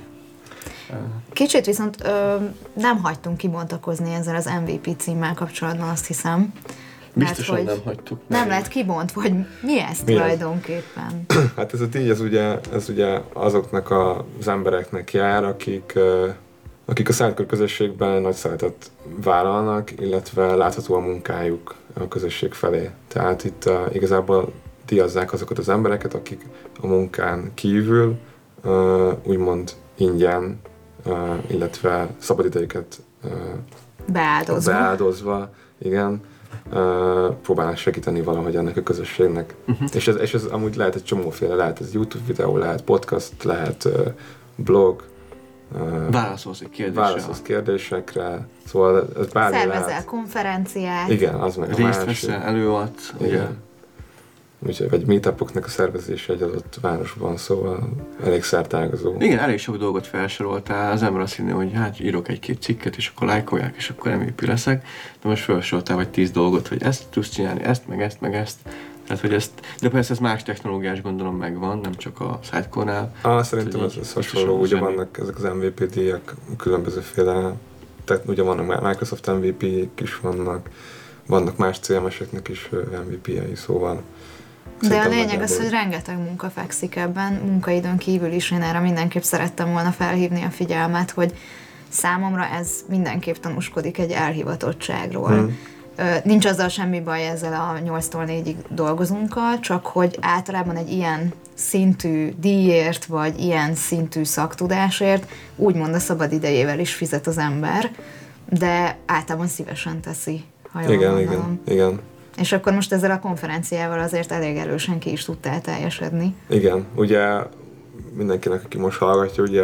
Speaker 2: Kicsit viszont ö, nem hagytunk kibontakozni ezzel az em vé pé címmel kapcsolatban, azt hiszem.
Speaker 1: Biztosan
Speaker 2: mert,
Speaker 1: nem hagytuk.
Speaker 2: Nem lett kibontva, hogy mi ez mi tulajdonképpen.
Speaker 3: Ez? Hát ez a díj, ez ugye, ez ugye azoknak az embereknek jár, akik, akik a Sitecore közösségben nagy szeretet vállalnak, illetve látható a munkájuk a közösség felé. Tehát itt uh, igazából díjazzák azokat az embereket, akik a munkán kívül uh, úgymond ingyen, uh, illetve szabadidejüket uh,
Speaker 2: beáldozva.
Speaker 3: beáldozva, igen, Uh, próbálnak segíteni valahogy ennek a közösségnek. Uh-huh. És, ez, és ez amúgy lehet egy csomóféle, lehet ez YouTube videó, lehet podcast, lehet uh, blog.
Speaker 1: Uh, válaszolsz egy kérdésre.
Speaker 3: Válaszolsz kérdésekre. Szóval ez bármi
Speaker 2: szervezel
Speaker 3: lehet.
Speaker 2: konferenciát.
Speaker 3: Igen, az meg
Speaker 1: részt a másik. Veszel, előadsz.
Speaker 3: Igen. Úgyhogy, vagy meetupoknak a szervezése egy adott városban, szóval elég szertágazó.
Speaker 1: Igen, elég sok dolgot felsoroltál, az ember azt hinné, hogy hát írok egy-két cikket, és akkor lájkolják, és akkor em vé pé leszek, de most felsoroltál vagy tíz dolgot, hogy ezt tudsz csinálni, ezt, meg ezt, meg ezt. Tehát, hogy ezt, de persze ez más technológiás gondolom megvan, nem csak a Sitecore-nál.
Speaker 3: Ah, szerintem ez, ez hasonló, ugye vannak ezek az em vé pé díjak, különbözőféle, tehát ugye vannak Microsoft em vé pé-k is vannak, vannak más cé em eseknek is em vé pé-jei, szóval
Speaker 2: de a lényeg az, hogy rengeteg munka fekszik ebben, munkaidőn kívül is, én erre mindenképp szerettem volna felhívni a figyelmet, hogy számomra ez mindenképp tanúskodik egy elhivatottságról. Hmm. nincs azzal semmi baj ezzel a nyolctól négyig dolgozunkkal, csak hogy általában egy ilyen szintű díjért, vagy ilyen szintű szaktudásért úgymond a szabad idejével is fizet az ember, de általában szívesen teszi, ha jól
Speaker 3: Igen,
Speaker 2: gondolom.
Speaker 3: igen, igen.
Speaker 2: És akkor most ezzel a konferenciával azért elég erősen ki is tudtál teljesedni.
Speaker 3: Igen, ugye mindenkinek, aki most hallgatja, ugye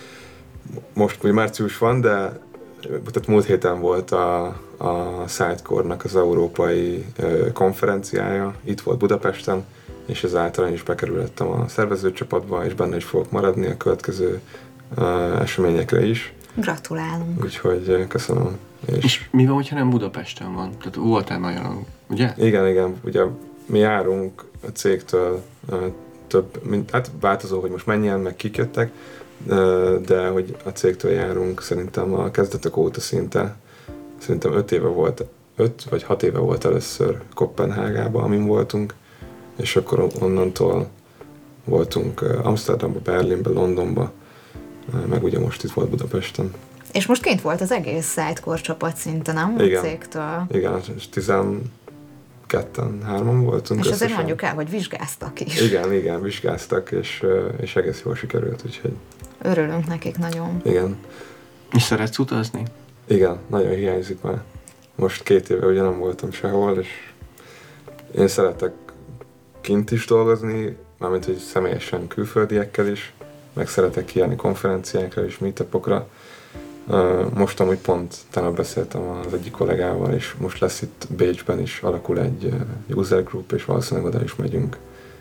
Speaker 3: most ugye március van, de tehát múlt héten volt a, a Sitecore-nak az európai ö, konferenciája, itt volt Budapesten, és ezáltal én is bekerültem a szervezőcsapatba, és benne is fogok maradni a következő ö, eseményekre is.
Speaker 2: Gratulálunk!
Speaker 3: Úgyhogy köszönöm.
Speaker 1: És, és mi van, hogyha nem Budapesten van? Tehát voltál nagyon, ugye?
Speaker 3: Igen, igen. Ugye mi járunk a cégtől ö, több, mint, hát változó, hogy most mennyien, meg kik jöttek, de hogy a cégtől járunk szerintem a kezdetek óta szinte, szerintem öt éve volt, öt vagy hat éve volt először Koppenhágában, amin voltunk, és akkor onnantól voltunk Amsterdamba, Berlinbe, Londonba, meg ugye most itt volt Budapesten.
Speaker 2: És most kint volt az egész Sitecore csapat szinte, nem?
Speaker 3: Igen.
Speaker 2: A cégtől.
Speaker 3: Igen, és tizenketten, hárman voltunk.
Speaker 2: És
Speaker 3: összesen.
Speaker 2: azért mondjuk el, hogy vizsgáztak is.
Speaker 3: Igen, igen, vizsgáztak, és, és egész jól sikerült, úgyhogy...
Speaker 2: Örülünk nekik nagyon.
Speaker 3: Igen.
Speaker 1: És szeretsz utazni?
Speaker 3: Igen, nagyon hiányzik már. Most két éve ugye nem voltam sehol, és én szeretek kint is dolgozni, mármint hogy személyesen külföldiekkel is, meg szeretek kijárni konferenciákra és meetupokra. Most amúgy pont tegnap beszéltem az egyik kollégával, és most lesz itt Bécsben is, alakul egy user group, és valószínűleg oda is megyünk.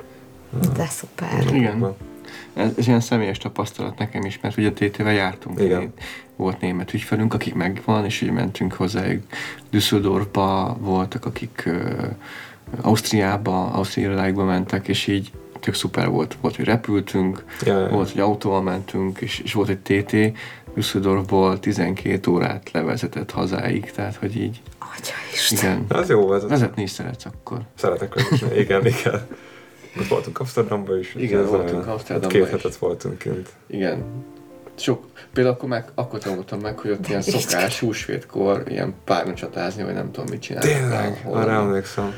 Speaker 2: De szuper.
Speaker 1: Igen. Ez, ez ilyen személyes tapasztalat nekem is, mert ugye té té-vel jártunk.
Speaker 3: Igen.
Speaker 1: Volt német ügyfelünk, akik megvan, és így mentünk hozzájuk. Düsseldorfba voltak, akik uh, Ausztriába, Ausztriába mentek, és így tök szuper volt. Volt, hogy repültünk,
Speaker 3: ja, ja.
Speaker 1: volt, hogy autóval mentünk, és, és volt egy té té, Düsseldorfból tizenkét órát levezetett hazáig, tehát hogy így...
Speaker 2: Atya Isten!
Speaker 1: Igen.
Speaker 3: Az jó vezetni.
Speaker 1: Vezetni is szeretsz akkor.
Speaker 3: Szeretek vezetni, igen, igen. Ott voltunk Amsterdamba is.
Speaker 1: Igen, voltunk Amsterdamba
Speaker 3: Két
Speaker 1: is.
Speaker 3: hetet voltunk kint.
Speaker 1: Igen. Sok, például akkor, meg, akkor tanultam meg, hogy ott ilyen szokás húsvétkor ilyen párna csatázni, vagy nem tudom mit csinálni.
Speaker 3: Tényleg, arra emlékszem.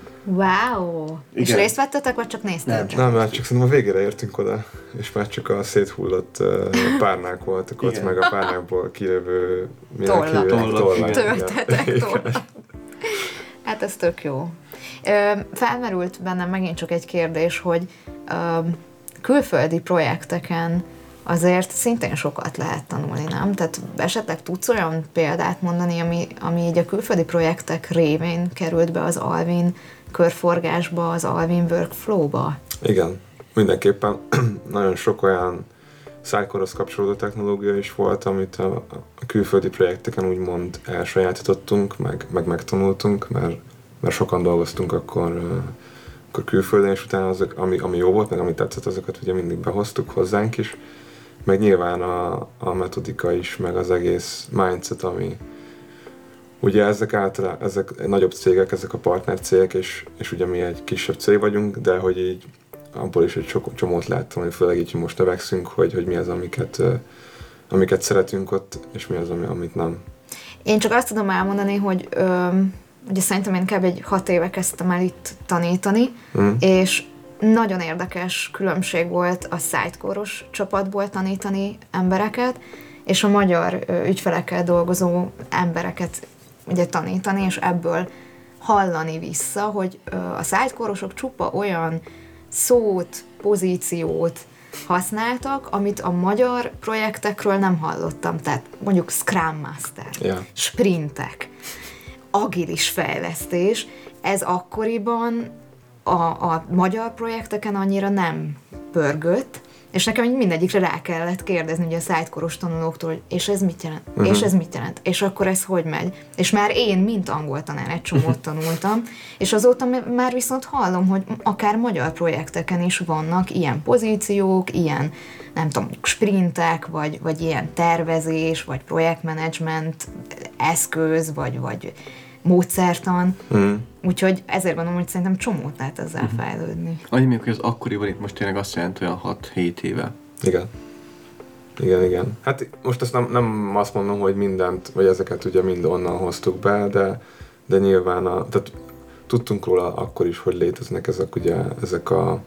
Speaker 2: Wow! És
Speaker 1: Igen.
Speaker 2: részt vettetek, vagy csak néztetek?
Speaker 3: Nem, mert csak szerintem a végére értünk oda, és már csak a széthullott uh, párnák voltak ott,
Speaker 1: Igen.
Speaker 3: meg a párnákból kilövő...
Speaker 2: Tollak.
Speaker 1: Tollak,
Speaker 2: Töltetek tollak. Hát ez tök jó. Ö, felmerült bennem megint csak egy kérdés, hogy ö, külföldi projekteken azért szintén sokat lehet tanulni, nem? Tehát esetleg tudsz olyan példát mondani, ami, ami így a külföldi projektek révén került be az Alvin körforgásba, az Alvin workflow-ba?
Speaker 3: Igen, mindenképpen nagyon sok olyan Sitecore-hoz kapcsolódó technológia is volt, amit a, a külföldi projekteken úgymond elsajátítottunk, meg, meg megtanultunk, mert, mert sokan dolgoztunk akkor, akkor külföldön, és utána azok, ami, ami jó volt, meg ami tetszett, azokat ugye mindig behoztuk hozzánk is, meg nyilván a, a metodika is, meg az egész mindset, ami ugye ezek általában, ezek nagyobb cégek, ezek a partner cégek, és, és ugye mi egy kisebb cég vagyunk, de hogy így abból is egy sok csomót láttam, hogy főleg így, hogy most növekszünk, hogy, hogy mi az, amiket, amiket szeretünk ott, és mi az, amit nem.
Speaker 2: Én csak azt tudom elmondani, hogy ö, ugye szerintem én kb. Egy hat éve kezdtem el itt tanítani, mm. és nagyon érdekes különbség volt a Sitecore-os csapatból tanítani embereket, és a magyar ö, ügyfelekkel dolgozó embereket ugye tanítani, és ebből hallani vissza, hogy ö, a Sitecore-osok csupa olyan szót, pozíciót használtak, amit a magyar projektekről nem hallottam. Tehát mondjuk Scrum Master,
Speaker 3: yeah.
Speaker 2: sprintek, agilis fejlesztés, ez akkoriban a, a magyar projekteken annyira nem pörgött, és nekem így mindegyikre rá kellett kérdezni ugye a Sitecore-os tanulóktól, hogy és ez mit jelent? Uh-huh. És ez mit jelent? És akkor ez hogy megy? És már én, mint angol tanár, egy csomót tanultam, és azóta már viszont hallom, hogy akár magyar projekteken is vannak ilyen pozíciók, ilyen, nem tudom, sprintek, vagy, vagy ilyen tervezés, vagy projektmenedzsment eszköz, vagy, vagy módszertan. Mm. Úgyhogy ezért gondolom, hogy szerintem csomót lehet ezzel mm-hmm. fejlődni.
Speaker 1: Annyi még, hogy az akkoriban itt most tényleg azt jelenti olyan hat-hét éve.
Speaker 3: Igen. Igen, igen. Hát most azt nem, nem azt mondom, hogy mindent, vagy ezeket ugye mind onnan hoztuk be, de, de nyilván a, tehát tudtunk róla akkor is, hogy léteznek ezek, ugye, ezek a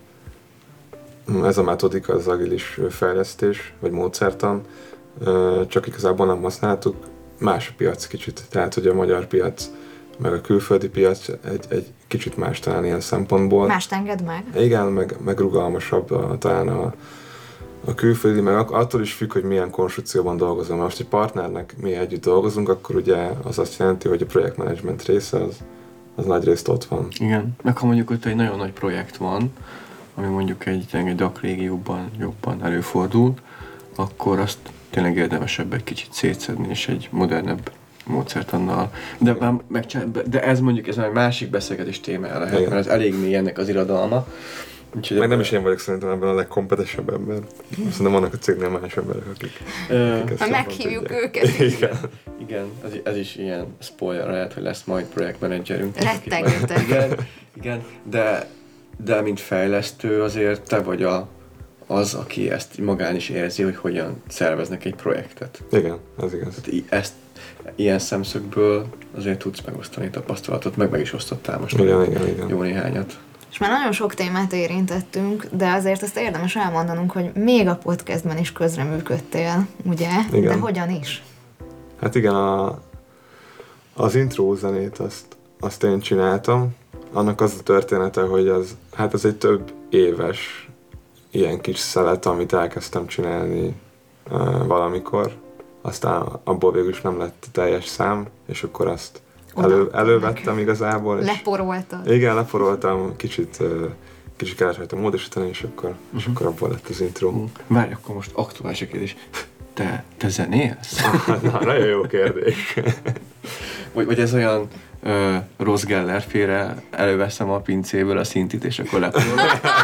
Speaker 3: ez a metodika, az agilis fejlesztés, vagy módszertan, csak igazából nem használtuk. Más a piac kicsit, tehát hogy a magyar piac, meg a külföldi piac egy, egy kicsit más talán ilyen szempontból.
Speaker 2: Mást enged meg?
Speaker 3: Igen, meg, meg rugalmasabb a, talán a, a külföldi, meg attól is függ, hogy milyen konstrukcióban dolgozom. Most egy partnernek mi együtt dolgozunk, akkor ugye az azt jelenti, hogy a projektmenedzsment része az, az nagy részt ott van.
Speaker 1: Igen, meg ha mondjuk ott egy nagyon nagy projekt van, ami mondjuk egy, egy D A C régióban jobban előfordul, akkor azt tényleg érdemesebb egy kicsit szétszedni, és egy modernebb módszertannal. De, már megcsinál, de ez mondjuk ez egy másik beszélgetés témája lehet, igen, mert ez elég mély ennek az irodalma.
Speaker 3: Úgyhogy meg nem is én vagyok szerintem ebben a legkompetensebb ember. Szerintem vannak a cégnél más emberek, akik, akik
Speaker 2: ha meghívjuk
Speaker 3: tudják.
Speaker 2: őket.
Speaker 3: Igen.
Speaker 1: Igen, ez, ez is ilyen spoiler lehet, hogy lesz majd projektmenedzserünk.
Speaker 2: Rettegőtek.
Speaker 1: Igen, igen, de, de mint fejlesztő azért te vagy a, az, aki ezt magán is érzi, hogy hogyan szerveznek egy projektet.
Speaker 3: Igen, ez igaz.
Speaker 1: Tehát ezt ilyen szemszögből azért tudsz megosztani tapasztalatot, meg meg is osztottál most
Speaker 3: igen, igen, igen.
Speaker 1: jó néhányat.
Speaker 2: És már nagyon sok témát érintettünk, de azért azt érdemes elmondanunk, hogy még a podcastben is közreműködtél, ugye? Igen. De hogyan is?
Speaker 3: Hát igen, a, az intro zenét azt, azt én csináltam. Annak az a története, hogy az, hát ez egy több éves ilyen kis szelet, amit elkezdtem csinálni uh, valamikor. Aztán abból végül is nem lett teljes szám, és akkor azt elő, elővettem igazából.
Speaker 2: Leporoltad?
Speaker 3: Igen, leporoltam, kicsit, uh, kicsit kellett rajta módosítani, és akkor, uh-huh. és akkor abból lett az intro. Uh-huh.
Speaker 1: Várj, akkor most aktuális a kérdés. Te, te zenélsz?
Speaker 3: Na, nagyon jó kérdés.
Speaker 1: vagy, vagy ez olyan uh, Ross Geller-féle, előveszem a pincéből a szintit, és akkor leporolom.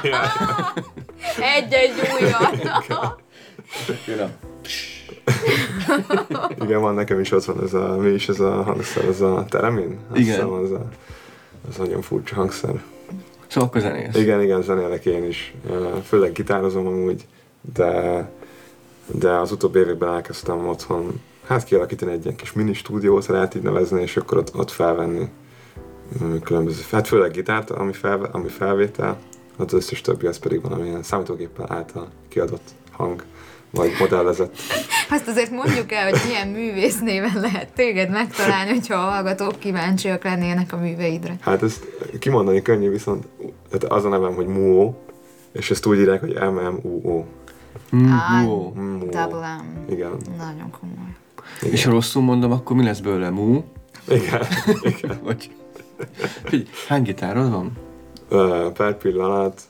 Speaker 2: Egy-egy újat.
Speaker 3: Igen, van, nekem is ott van ez a, mi is ez a hangszer, ez a Theremin? Azt
Speaker 1: igen.
Speaker 3: Hiszem, az, a, az nagyon furcsa hangszer.
Speaker 1: Szóval akkor zenélsz?
Speaker 3: Igen, igen, zenélek én is. Főleg gitározom amúgy, de, de az utóbbi években elkezdtem otthon, hát kialakítani egy ilyen kis mini stúdiót, lehet így nevezni, és akkor ott, ott felvenni különböző, hát főleg gitárt, ami, fel, ami felvétel, az összes többi az pedig valamilyen számítógéppel által kiadott hang, vagy modellezett.
Speaker 2: Azt azért mondjuk el, hogy milyen művész néven lehet téged megtalálni, hogyha a hallgatók kíváncsiak lennének a műveidre.
Speaker 3: Hát ezt kimondani könnyű, viszont az a nevem, hogy Muo, és ezt úgy írják, hogy em em u o.
Speaker 1: Muo.
Speaker 2: Double M.
Speaker 3: Igen.
Speaker 2: Nagyon komoly.
Speaker 1: Igen. És ha rosszul mondom, akkor mi lesz belőle? Mu?
Speaker 3: Igen. Igen.
Speaker 1: Vagy... Hány gitárod van?
Speaker 3: Uh, per pillanat...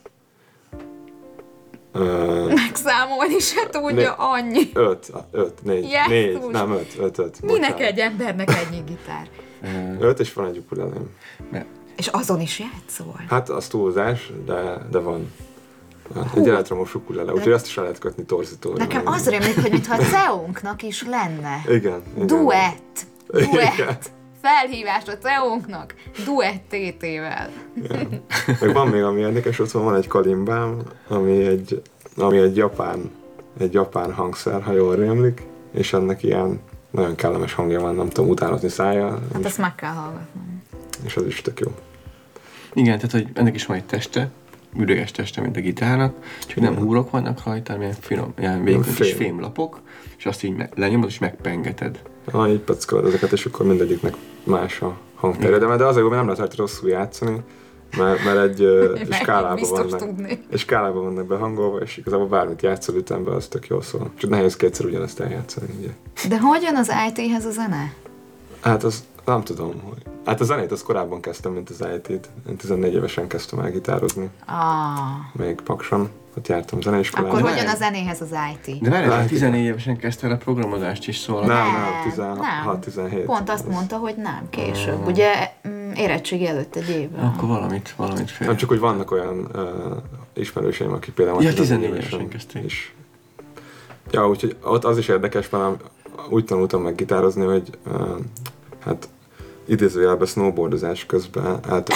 Speaker 3: Uh,
Speaker 2: Megszámolni se tudja, né- annyi.
Speaker 3: Öt, öt, négy,
Speaker 2: Jesszus.
Speaker 3: négy, nem öt, öt, öt.
Speaker 2: Minek
Speaker 3: bocsánat.
Speaker 2: egy embernek ennyi gitár?
Speaker 1: Uh,
Speaker 3: öt, és van egy ukulelém.
Speaker 2: És azon is játszol?
Speaker 3: Hát az túlzás, de, de van. Egy elektromos ukulele, úgyhogy azt is el lehet kötni torzítóra.
Speaker 2: Nekem az rémlik, hogy mintha a cé e o-nknak is lenne.
Speaker 3: Igen. igen.
Speaker 2: Duett. Duett.
Speaker 3: Igen.
Speaker 2: Felhívás a cé e o-nknak. Duett té té-vel.
Speaker 3: Meg van még, ami érdekes, ott van egy kalimbám, ami egy, ami egy japán, egy japán hangszer, ha jól rémlik, és ennek ilyen nagyon kellemes hangja van, nem tudom utánozni szájjal.
Speaker 2: Hát ezt meg kell hallgatnom.
Speaker 3: És az is tök jó.
Speaker 1: igen, tehát hogy ennek is van egy teste, üreges teste, mint a gitárnak, csak nem húrok vannak rajta, hanem ilyen finom, ilyen vékony kis fémlapok, és azt így me- lenyomod, és megpengeted.
Speaker 3: Ah, így packolod ezeket, és akkor mindegyiknek más a hangterjedelme, de azért, hogy nem lehet rajta rosszul játszani, mert, mert egy uh, skálában vannak, egy skálában vannak behangolva, és igazából bármit játszol ütemben, az tök jól szól. Csak nehéz kétszer ugyanezt eljátszani, ugye.
Speaker 2: De hogy jön az í té-hez a zene?
Speaker 3: Hát az nem tudom, hogy... Hát a zenét az korábban kezdtem, mint az í té-t. Én tizennégy évesen kezdtem el gitározni.
Speaker 2: Ah.
Speaker 3: Még Pakson, ott jártam zeneiskolára.
Speaker 2: Akkor hogy jön a zenéhez az í té?
Speaker 1: De várjál, tizennégy évesen kezdtél a programozást is, szóval...
Speaker 3: Nem, nem, tizenhat tizenhét.
Speaker 2: Pont azt mondta, hogy nem, később. Ugye érettségi előtt egy évvel.
Speaker 1: Akkor valamit, valamit fél.
Speaker 3: Nem csak, hogy vannak olyan uh, ismerőseim, akik például...
Speaker 1: Ja, tizennégy évesen kezdték.
Speaker 3: Is. Ja, úgyhogy ott az is érdekes, mert úgy tanultam meg gitározni, hogy uh, hát idézőjelben snowboardozás közben állt...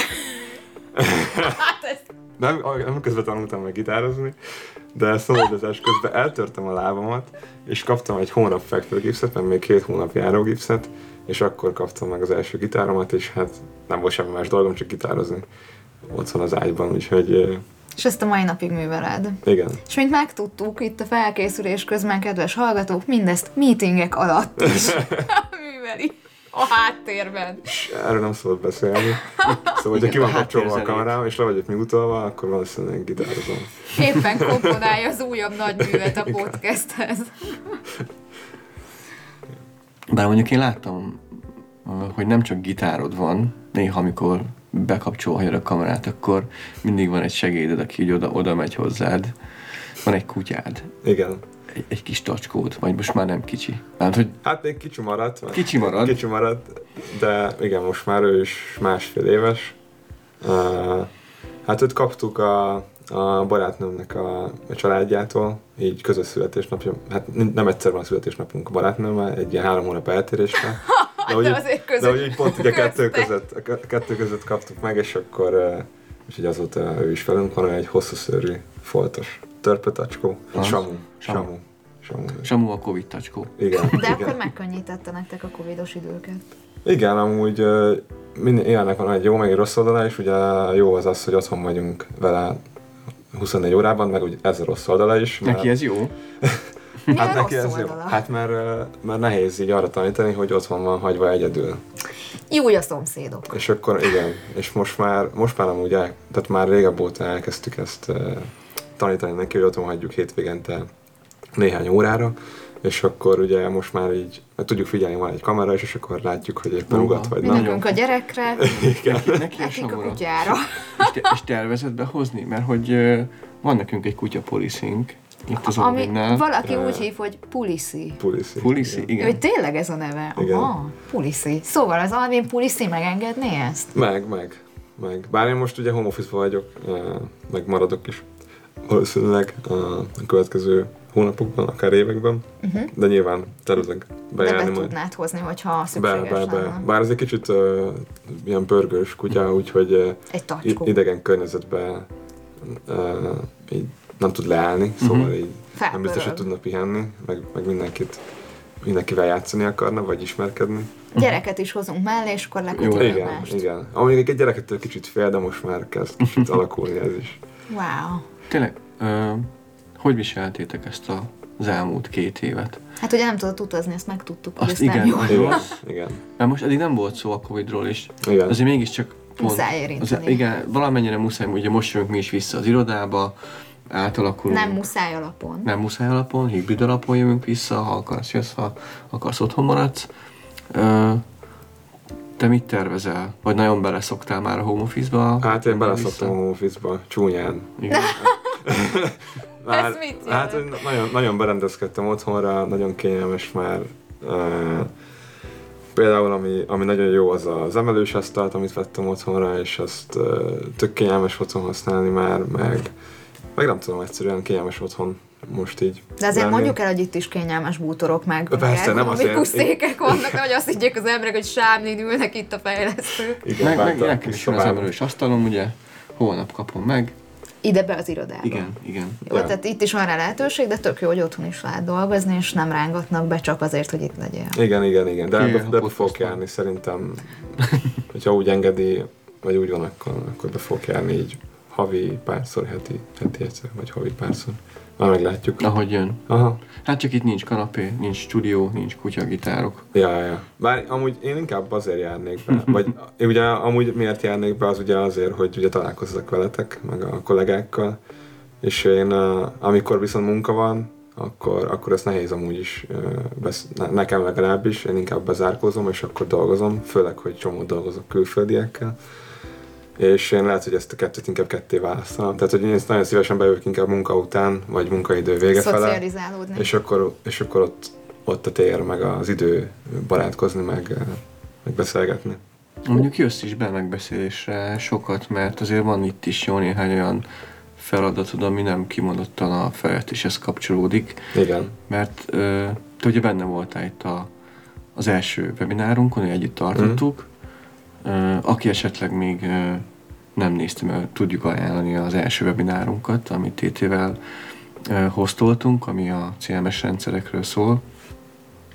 Speaker 3: nem, nem közben tanultam meg gitározni, de snowboardozás közben eltörtem a lábamat, és kaptam egy hónap fekvőgipszet, meg még két hónap járógipszet, és akkor kaptam meg az első gitáromat, és hát nem volt semmi más dolgom, csak gitározni. Ott van az ágyban, úgyhogy...
Speaker 2: És ezt a mai napig műveled.
Speaker 3: Igen.
Speaker 2: És mint megtudtuk itt a felkészülés közben, kedves hallgatók, mindezt meetingek alatt is műveli a háttérben.
Speaker 3: Erről nem szabad beszélni. Szóval, hogyha ki van kapcsolva a kamerám, és le vagyok nyújtolva, akkor valószínűleg gitározom.
Speaker 2: Éppen komponálja az újabb nagy művet a podcasthez.
Speaker 1: Bár mondjuk én láttam, hogy nem csak gitárod van, néha amikor bekapcsolhatod a kamerát, akkor mindig van egy segéded, aki így oda, oda megy hozzád. Van egy kutyád.
Speaker 3: Igen.
Speaker 1: Egy, egy kis tacskód, vagy most már nem kicsi. Hát, hogy
Speaker 3: Hát még kicsi maradt.
Speaker 1: Kicsi marad.
Speaker 3: Kicsi maradt, de igen, most már ő is másfél éves. Uh, hát őt kaptuk a, a barátnőmnek a, a családjától, így közös születésnapja. Hát nem egyszer van a születésnapunk a barátnőmmel, egy ilyen három hónap eltérésre. De,
Speaker 2: De azért között.
Speaker 3: De hogy így pont így a kettő között, a kettő között kaptuk meg, és akkor uh, úgyhogy azóta ő is velünk van, egy hosszú szőrű, foltos törpötacskó, egy Samu. Samu. Samu.
Speaker 1: Samu a Covid tacskó.
Speaker 3: Igen.
Speaker 2: De
Speaker 3: igen.
Speaker 2: akkor megkönnyítette nektek a covidos időket.
Speaker 3: Igen, amúgy uh, minden ilyennek van egy jó, meg egy rossz oldala is. Ugye jó az az, hogy otthon vagyunk vele huszonnégy órában, meg ugye ez a rossz oldala is. Mert...
Speaker 1: Neki ez jó?
Speaker 2: Mi
Speaker 3: Hát
Speaker 2: a
Speaker 3: neki
Speaker 2: rossz
Speaker 3: ez jó.
Speaker 2: oldala?
Speaker 3: Hát mert, uh, mert nehéz így arra tanítani, hogy otthon van hagyva egyedül.
Speaker 2: Jó a szomszédok.
Speaker 3: És akkor igen, és most már, most már amúgy el, tehát már régebb óta elkezdtük ezt uh, tanítani neki, hogy otthon hagyjuk hétvégente néhány órára, és akkor ugye most már így meg tudjuk figyelni, van egy kamera is, és akkor látjuk, hogy éppen
Speaker 1: Uha.
Speaker 3: ugat vagy
Speaker 2: Mi
Speaker 3: nem.
Speaker 2: nekünk a gyerekre,
Speaker 3: Igen.
Speaker 1: Neki a
Speaker 2: nekik a
Speaker 1: Samura.
Speaker 2: kutyára.
Speaker 1: És, te, és tervezed behozni? Mert hogy uh, van nekünk egy kutya policing itt az
Speaker 2: Ami
Speaker 1: Alvinnál.
Speaker 2: valaki
Speaker 3: Ja.
Speaker 2: úgy hív, hogy Puliszi.
Speaker 3: Puliszi.
Speaker 1: Puliszi, igen.
Speaker 2: Hogy tényleg ez a neve?
Speaker 3: Igen.
Speaker 2: Aha, Puliszi. Szóval az Alvin Puliszi megengedné ezt?
Speaker 3: Meg, meg, meg. Bár én most ugye home office-ban vagyok, uh, meg maradok is valószínűleg uh, a következő hónapokban, akár években, uh-huh. de nyilván tervezek
Speaker 2: De
Speaker 3: bejárni
Speaker 2: be
Speaker 3: majd.
Speaker 2: tudnád hozni, hogyha
Speaker 3: Be,
Speaker 2: szükséges
Speaker 3: be, be.
Speaker 2: lenne.
Speaker 3: Bár ez egy kicsit uh, ilyen pörgős kutya, úgyhogy uh,
Speaker 2: Egy tacskó.
Speaker 3: i- idegen környezetben uh, így nem tud leállni, szóval
Speaker 1: Mhm.
Speaker 3: így nem biztos, hogy
Speaker 2: Felpörög.
Speaker 3: tudna pihenni, meg, meg mindenkit, mindenkivel játszani akarna, vagy ismerkedni.
Speaker 2: Gyereket is hozunk mellé, és akkor
Speaker 1: Jó,
Speaker 2: lekötjük
Speaker 3: Igen,
Speaker 2: egymást.
Speaker 3: igen. Amíg egy gyerekettől kicsit fél, de most már kezd kicsit alakulni ez is.
Speaker 2: Wow.
Speaker 1: Tényleg, uh, hogy viseltétek ezt a, az elmúlt két évet?
Speaker 2: Hát ugye nem tudott utazni, ezt megtudtuk, hogy
Speaker 1: Azt
Speaker 2: ez nem
Speaker 1: igen,
Speaker 2: jó.
Speaker 1: az
Speaker 3: Igen,
Speaker 1: rossz.
Speaker 3: igen.
Speaker 1: Mert most eddig nem volt szó a Covidról is.
Speaker 3: Igen.
Speaker 1: Azért mégiscsak...
Speaker 2: Muszáj érinteni.
Speaker 1: Az, igen, valamennyire muszáj, ugye most jövünk mi is vissza az irodába, átalakulunk.
Speaker 2: Nem muszáj alapon.
Speaker 1: Nem muszáj alapon, hibrid alapon jövünk vissza, ha akarsz, jössz, ha akarsz, otthon maradsz. Ö, te mit tervezel? Vagy nagyon beleszoktál már a home office-ba?
Speaker 3: Hát én
Speaker 1: Nem
Speaker 3: beleszoktam a
Speaker 1: vissza?
Speaker 3: home office-ba, csúnyán.
Speaker 1: Igen.
Speaker 2: Ez mit jelent?
Speaker 3: Hát én nagyon, nagyon berendezkedtem otthonra, nagyon kényelmes már. Uh, például ami, ami nagyon jó az az emelős asztalt, amit vettem otthonra, és azt uh, tök kényelmes otthon használni már, meg, meg nem tudom, egyszerűen kényelmes otthon most így.
Speaker 2: De azért
Speaker 3: lenni.
Speaker 2: mondjuk el, hogy itt is kényelmes bútorok, meg
Speaker 3: Persze, nem azért.
Speaker 2: kusztékek vannak, hogy azt higgyék az emberek, hogy sámlin ülnek itt a fejlesztők.
Speaker 3: Igen,
Speaker 1: Meg, meg
Speaker 3: bántam
Speaker 1: nekem
Speaker 3: kis
Speaker 1: is van az
Speaker 3: szobában.
Speaker 1: emelős asztalom, ugye? Holnap kapom meg.
Speaker 2: Ide be az irodába.
Speaker 1: Igen, igen.
Speaker 2: Jó,
Speaker 3: Ja.
Speaker 2: tehát itt is van rá lehetőség, de tök jó, hogy otthon is lehet dolgozni, és nem rángatnak be csak azért, hogy itt legyél.
Speaker 3: Igen, igen, igen, de
Speaker 1: Kijöjjön
Speaker 3: be,
Speaker 1: a
Speaker 3: be
Speaker 1: podcastban.
Speaker 3: fogok járni szerintem, hogyha úgy engedi, vagy úgy van, akkor, akkor be fogok járni így havi párszor, heti, heti egyszer, vagy havi párszor. Már meglátjuk.
Speaker 1: Ahogy jön.
Speaker 3: Aha.
Speaker 1: Hát csak itt nincs kanapé, nincs stúdió, nincs kutyagitárok.
Speaker 3: Ja, ja. Bár amúgy én inkább azért járnék be, vagy én ugye amúgy miért járnék be, az ugye azért, hogy ugye találkozzak veletek, meg a kollégákkal, és én uh, amikor viszont munka van, akkor, akkor ez nehéz amúgy is, uh, besz- ne, nekem legalábbis, én inkább bezárkózom, és akkor dolgozom, főleg, hogy csomót dolgozok külföldiekkel, és én lehet, hogy ezt a kettőt inkább ketté választanám. Tehát, hogy én ezt nagyon szívesen bejövök inkább munka után, vagy munkaidő vége fele,
Speaker 2: Szocializálódni.
Speaker 3: és akkor, és akkor ott, ott a tér, meg az idő barátkozni, meg, meg beszélgetni.
Speaker 1: Mondjuk jössz is be megbeszélésre sokat, mert azért van itt is jó néhány olyan feladatod, ami nem kimondottan a fejlesztéshez kapcsolódik,
Speaker 3: Igen.
Speaker 1: mert ö, te ugye benne voltál itt a, az első webinárunkon, hogy együtt tartottuk. Ö, aki esetleg még ö, nem nézte, mert tudjuk ajánlani az első webinárunkat, amit té té-vel ö, hoztoltunk, ami a cé em es rendszerekről szól.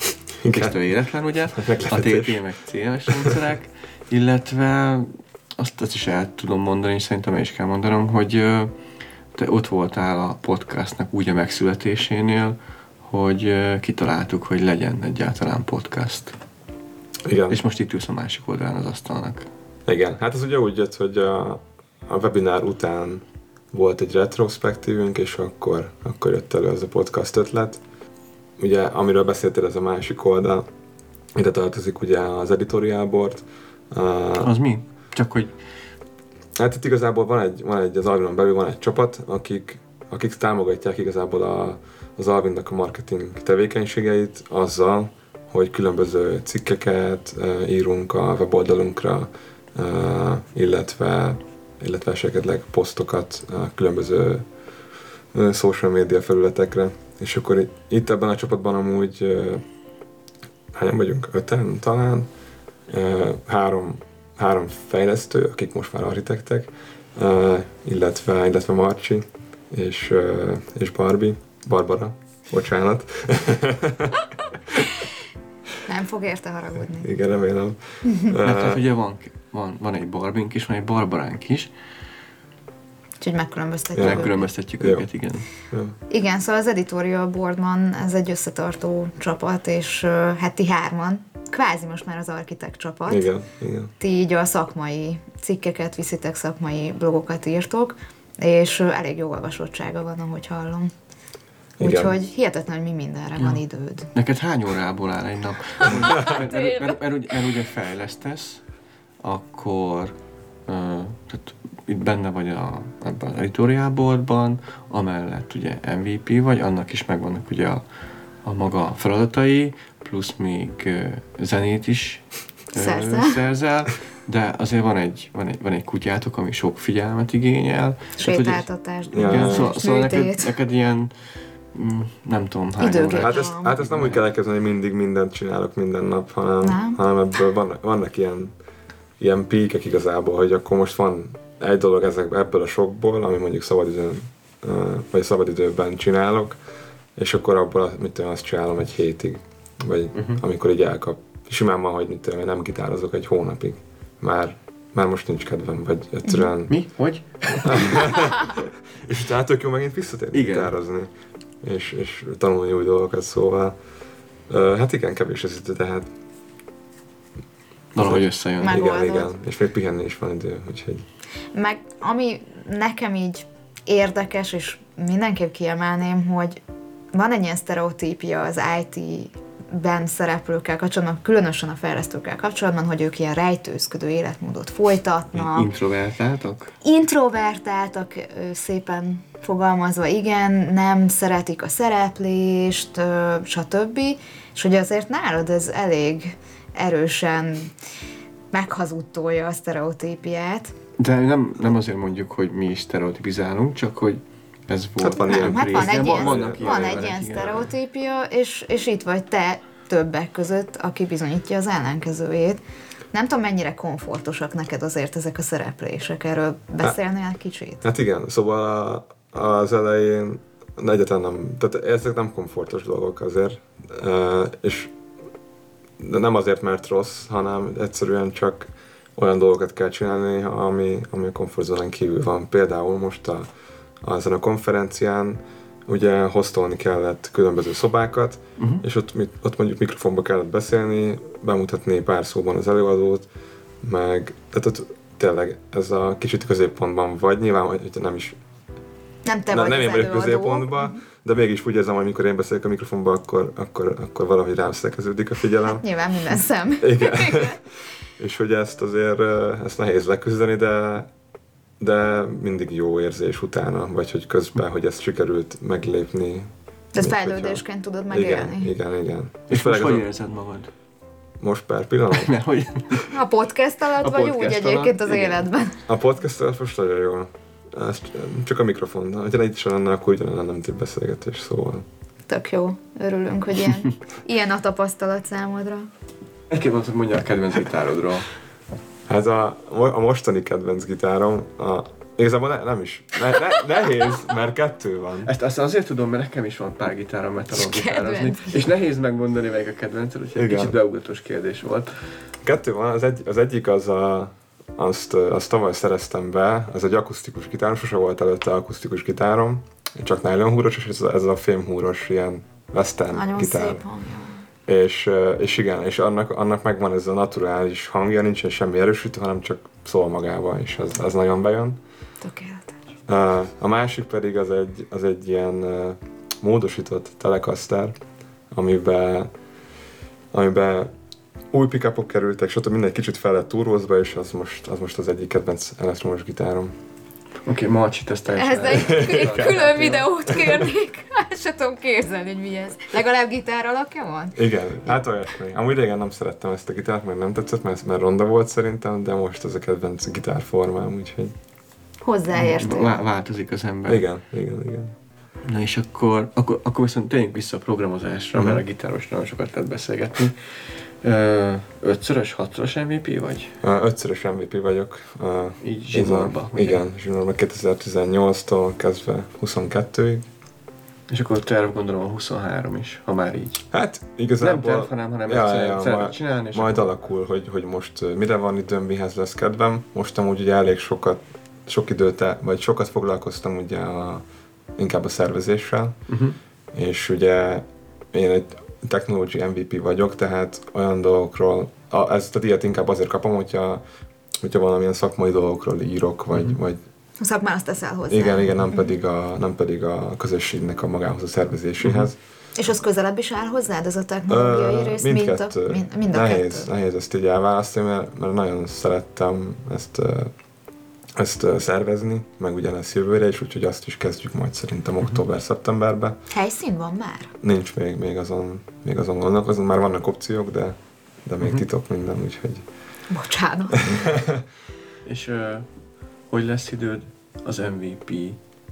Speaker 1: tisztől éretlen, ugye, a té té meg cé es rendszerek, illetve azt, azt is el tudom mondani, és szerintem el is kell mondanom, hogy te ott voltál a podcastnak úgy a megszületésénél, hogy kitaláltuk, hogy legyen egyáltalán podcast.
Speaker 3: Igen.
Speaker 1: És most itt ülsz a másik oldalán az asztalnak.
Speaker 3: Igen, hát ez ugye úgy jött, hogy a, a webinár után volt egy retrospektívünk, és akkor, akkor jött elő ez a podcast ötlet. Ugye, amiről beszéltél, ez a másik oldal. Ide tartozik ugye az editorial board. Uh,
Speaker 1: az mi? Csak hogy...
Speaker 3: Hát itt igazából van egy, van egy az Alvinon belül van egy csapat, akik, akik támogatják igazából a, az Alvinnak a marketing tevékenységeit azzal, hogy különböző cikkeket uh, írunk a weboldalunkra, uh, illetve, illetve esetleg posztokat a uh, különböző uh, social media felületekre. És akkor itt ebben a csapatban amúgy uh, hányan vagyunk? Öten talán? Uh, három, három fejlesztő, akik most már architektek, uh, illetve, illetve Marci és, uh, és Barbie, Barbara, bocsánat.
Speaker 2: Nem fog érte haragudni.
Speaker 3: Igen, remélem.
Speaker 1: Mert hát ugye van, van, van egy Barbink is, van egy Barbaránk is.
Speaker 2: Úgyhogy megkülönböztetjük
Speaker 1: ja, megkülönböztetjük
Speaker 3: őket.
Speaker 1: őket, igen.
Speaker 3: Ja.
Speaker 2: Igen, szóval az Editorial Boardban ez egy összetartó csapat, és uh, hát ti hárman, kvázi most már az architekt csapat.
Speaker 3: Igen, igen.
Speaker 2: Ti így a szakmai cikkeket viszitek, szakmai blogokat írtok, és uh, elég jó olvasottsága van, ahogy hallom. Úgyhogy hihetetlen, hogy mi mindenre ja. van időd.
Speaker 1: Neked hány órából áll egy nap? mert, mert, mert, mert, mert, mert ugye fejlesztesz, akkor uh, tehát itt benne vagy a, ebben az editorial boardban, amellett ugye em vé pé vagy, annak is megvannak ugye a, a maga feladatai, plusz még uh, zenét is uh, szerzel, de azért van egy, van, egy, van egy kutyátok, ami sok figyelmet igényel.
Speaker 2: Sétáltatást.
Speaker 1: Igen, ja. szóval, szóval neked, neked ilyen nem tudom, hány óra.
Speaker 3: Hát ezt, hát ezt nem úgy kell elkezdeni, hogy mindig mindent csinálok minden nap, hanem, hanem ebből vannak, vannak ilyen, ilyen píkek igazából, hogy akkor most van egy dolog ezek, ebből a sokból, ami mondjuk szabadidőn, vagy szabadidőben csinálok, és akkor abból mit tudom, azt csinálom egy hétig, vagy uh-huh. amikor így elkap. Simán van, hogy mit tudom, nem gitározok egy hónapig. Már, már most nincs kedvem, vagy egyszerűen...
Speaker 1: Mi? Hogy?
Speaker 3: És utána tök jó megint visszatérni gitározni. És, és tanulni új dolgokat, szóval uh, hát igen, kevés az idő, tehát
Speaker 1: valahogy összejön.
Speaker 2: Megoldod.
Speaker 3: Igen, igen, és még pihenni is van idő, úgyhogy...
Speaker 2: Meg ami nekem így érdekes, és mindenképp kiemelném, hogy van egy ilyen sztereotípia az i té-ben szereplőkkel kapcsolatban, különösen a fejlesztőkkel kapcsolatban, hogy ők ilyen rejtőzködő életmódot folytatnak.
Speaker 1: Introvertáltak?
Speaker 2: Introvertáltak, szépen fogalmazva, igen, nem szeretik a szereplést, stb. És hogy azért nálad ez elég erősen meghazudtolja a sztereotípiát.
Speaker 1: De nem, nem azért mondjuk, hogy mi is sztereotipizálunk, csak hogy ez volt.
Speaker 3: Hát van,
Speaker 2: nem,
Speaker 3: ilyen
Speaker 2: hát van egy ilyen, van
Speaker 1: ilyen,
Speaker 2: egy ilyen sztereotípia, és, és itt vagy te többek között, aki bizonyítja az ellenkezőjét. Nem tudom, mennyire komfortosak neked azért ezek a szereplések, erről beszélnél hát, kicsit?
Speaker 3: Hát igen, szóval az elején egyáltalán nem, tehát ezek nem komfortos dolgok azért, és de nem azért, mert rossz, hanem egyszerűen csak olyan dolgokat kell csinálni, ami, ami a komfortzónán kívül van. Például most a, ezen a konferencián ugye hostolni kellett különböző szobákat, uh-huh. és ott, ott mondjuk mikrofonba kellett beszélni, bemutatni pár szóban az előadót, meg tehát ott tényleg ez a kicsit középpontban vagy, nyilván, hogy nem is
Speaker 2: nem te
Speaker 3: Na,
Speaker 2: vagy
Speaker 3: nem
Speaker 2: az
Speaker 3: én vagyok
Speaker 2: előadó.
Speaker 3: középpontban, de mégis úgy érzem, hogy amikor én beszélek a mikrofonba, akkor, akkor, akkor valahogy rám szekeződik a figyelem.
Speaker 2: Hát nyilván minden szem.
Speaker 3: Igen. És hogy ezt azért ezt nehéz leküzdeni, de, de mindig jó érzés utána, vagy hogy közben, hogy ezt sikerült meglépni.
Speaker 2: De ezt fejlődésként tudod megélni.
Speaker 3: Igen, igen, igen.
Speaker 1: És, és most hogy érzed magad?
Speaker 3: Most pár pillanat?
Speaker 1: Mert hogy...
Speaker 2: A podcast alatt, a vagy podcast úgy alatt, egyébként az igen. életben?
Speaker 3: A podcast alatt most nagyon jól. Ezt csak a mikrofon. Ha itt sem lenne, akkor ugyanilyen nem tud beszélgetés, szóval.
Speaker 2: Tök jó. Örülünk, hogy ilyen, ilyen a tapasztalat számodra.
Speaker 1: Egy-két mondatot mondja a kedvenc gitárodról.
Speaker 3: Hát a, a mostani kedvenc gitárom, a, Igazából ne, nem is. Ne, ne, nehéz, mert kettő van.
Speaker 1: Ezt, ezt azért tudom, mert nekem is van pár gitárom metalon gitározni.
Speaker 2: Kedvenc.
Speaker 1: És nehéz megmondani, melyik a kedvenced, úgyhogy egy
Speaker 3: Igen.
Speaker 1: kicsit beugatós kérdés volt.
Speaker 3: Kettő van, az, egy, az egyik az a, azt, azt tavaly szereztem be, ez egy akusztikus gitárom, sose volt előtte akusztikus gitárom, csak nylonhúros, és ez, ez a fémhúros ilyen western
Speaker 2: Nagyon
Speaker 3: gitár.
Speaker 2: szép hangja.
Speaker 3: És, és igen, és annak, annak megvan ez a naturális hangja, nincsen semmi erősítő, hanem csak szól magába, és ez, ez nagyon bejön.
Speaker 2: Tökéletes.
Speaker 3: A másik pedig az egy, az egy ilyen módosított Telecaster, amiben, amiben új pick-upok kerültek, stb. Minden kicsit fel lett túrózva, és az most az, most az egyik kedvenc elektromos gitárom.
Speaker 1: Oké, okay, Marcsi tesztelj.
Speaker 2: Ez egy, egy külön videót kérnék. Ezt se tudom képzelni, hogy mi ez. Legalább gitár alakja van?
Speaker 3: Igen, hát olyasmi. Amúgy régen nem szerettem ezt a gitárt, mert nem tetszett, mert, mert ronda volt szerintem, de most ez a kedvenc gitárformám, úgyhogy...
Speaker 2: Hozzáértő.
Speaker 1: Vá- változik az ember.
Speaker 3: Igen, igen, igen.
Speaker 1: Na és akkor, akkor, akkor viszont térjünk vissza a programozásra,
Speaker 3: Mhm.
Speaker 1: mert a gitáros nagyon sokat lehet beszélgetni. Ö, ötszörös, hatszoros em vé pé vagy?
Speaker 3: Uh, ötszörös em vé pé vagyok. Uh,
Speaker 1: Így
Speaker 3: ez
Speaker 1: zsinórba,
Speaker 3: a-
Speaker 1: ugye?
Speaker 3: Igen, zsinórba kétezer-tizennyolctól kezdve huszonkettőig.
Speaker 1: És akkor terv gondolom a huszonhárom is, ha már így.
Speaker 3: Hát igazából...
Speaker 1: Nem terv, hanem, hanem
Speaker 3: Ja,
Speaker 1: egyszerűen
Speaker 3: ja,
Speaker 1: szeretnéd
Speaker 3: majd,
Speaker 1: csinálni, és
Speaker 3: majd
Speaker 1: akkor...
Speaker 3: alakul, hogy, hogy most uh, mire van időm, mihez lesz kedvem. Most amúgy ugye elég sokat, sok időt, el- vagy sokat foglalkoztam ugye a, inkább a szervezéssel,
Speaker 1: Uh-huh.
Speaker 3: és ugye én egy technology em vé pé vagyok, tehát olyan dolgokról, a, ezt a díjat inkább azért kapom, hogyha, hogyha valamilyen szakmai dolgokról írok, vagy,
Speaker 1: Mhm.
Speaker 3: vagy
Speaker 2: A szakmához teszel hozzá.
Speaker 3: igen, igen, nem pedig, a, nem pedig a közösségnek a magához a szervezéséhez.
Speaker 2: És az közelebb is áll hozzád, ez a technológiai
Speaker 3: Ö,
Speaker 2: rész, mint a,
Speaker 3: mindkettő.
Speaker 2: mind, mind a
Speaker 3: nehéz,
Speaker 2: kettő.
Speaker 3: nehéz ezt így elválasztani, mert, mert nagyon szerettem ezt, ö, ezt ö, szervezni, meg ugye lesz jövőre is, úgyhogy azt is kezdjük majd szerintem október-szeptemberben.
Speaker 2: Helyszín van már?
Speaker 3: Nincs még, még azon, még azon gondolkozom, már vannak opciók, de, de még
Speaker 1: Mhm.
Speaker 3: titok minden, úgyhogy...
Speaker 2: Bocsánat.
Speaker 1: És uh, hogy lesz időd az em vé pé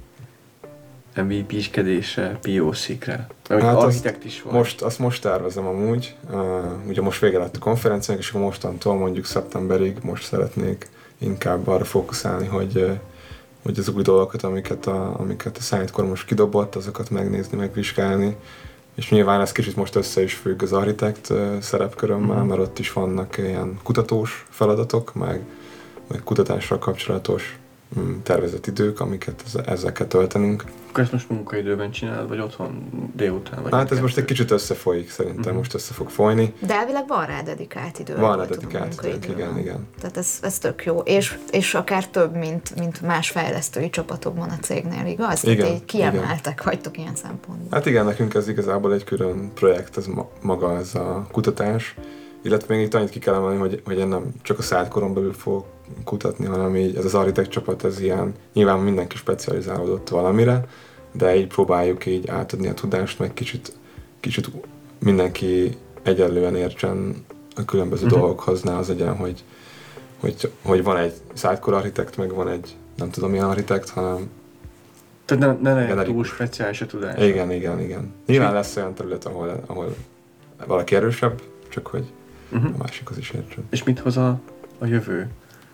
Speaker 1: em vé pé-skedésre, pé o cé-kre? Mert
Speaker 3: Hát
Speaker 1: hát
Speaker 3: azt
Speaker 1: architekt is vagy.
Speaker 3: Most, azt most tervezem amúgy, uh, ugye most vége lett a konferenciának, és akkor mostantól mondjuk szeptemberig most szeretnék inkább arra fókuszálni, hogy, uh, hogy az új dolgokat, amiket a, amiket a Science most kidobott, azokat megnézni, megvizsgálni, és nyilván ez kicsit most össze is függ az architekt uh, szerepkörömmel,
Speaker 1: Mhm.
Speaker 3: mert ott is vannak ilyen kutatós feladatok, meg, meg kutatással kapcsolatos um, tervezett idők, amiket ez- ezzel kell töltenünk.
Speaker 1: Akkor ezt most munkaidőben csinálod, vagy otthon délután? Vagy
Speaker 3: Hát ez
Speaker 1: kettő?
Speaker 3: most egy kicsit összefolyik, szerintem
Speaker 1: Mhm.
Speaker 3: most össze fog folyni.
Speaker 2: De elvileg van rá dedikált idő.
Speaker 3: Van
Speaker 2: ahol
Speaker 3: rá
Speaker 2: tudom,
Speaker 3: dedikált időnk,
Speaker 2: munkaidő
Speaker 3: igen,
Speaker 2: van.
Speaker 3: igen.
Speaker 2: Tehát ez, ez tök jó. És, és akár több, mint, mint más fejlesztői csapatokban a cégnél, igaz?
Speaker 3: Igen,
Speaker 2: Tehát így kiemeltek vagytok ilyen szempontból.
Speaker 3: Hát igen, nekünk ez igazából egy külön projekt, ez ma, maga ez a kutatás. Illetve még itt annyit ki kell emelni, hogy, hogy én nem csak a szájtkoron belül fogok kutatni, hanem így ez az architekt csapat, ez ilyen, nyilván mindenki specializálódott valamire, de így próbáljuk így átadni a tudást, meg kicsit, kicsit mindenki egyenlően értsen a különböző
Speaker 1: Mhm.
Speaker 3: uh-huh. dolgokhoz, ne az legyen, hogy, hogy, hogy van egy szájtkor architekt, meg van egy nem tudom milyen architekt, hanem
Speaker 1: Tehát ne, ne legyen
Speaker 3: generikus.
Speaker 1: túl speciális a tudás.
Speaker 3: igen, igen, igen. Nyilván lesz olyan terület, ahol, ahol valaki erősebb, csak hogy
Speaker 1: Uh-huh.
Speaker 3: a másikhoz is értsen.
Speaker 1: És mit hoz a, a jövő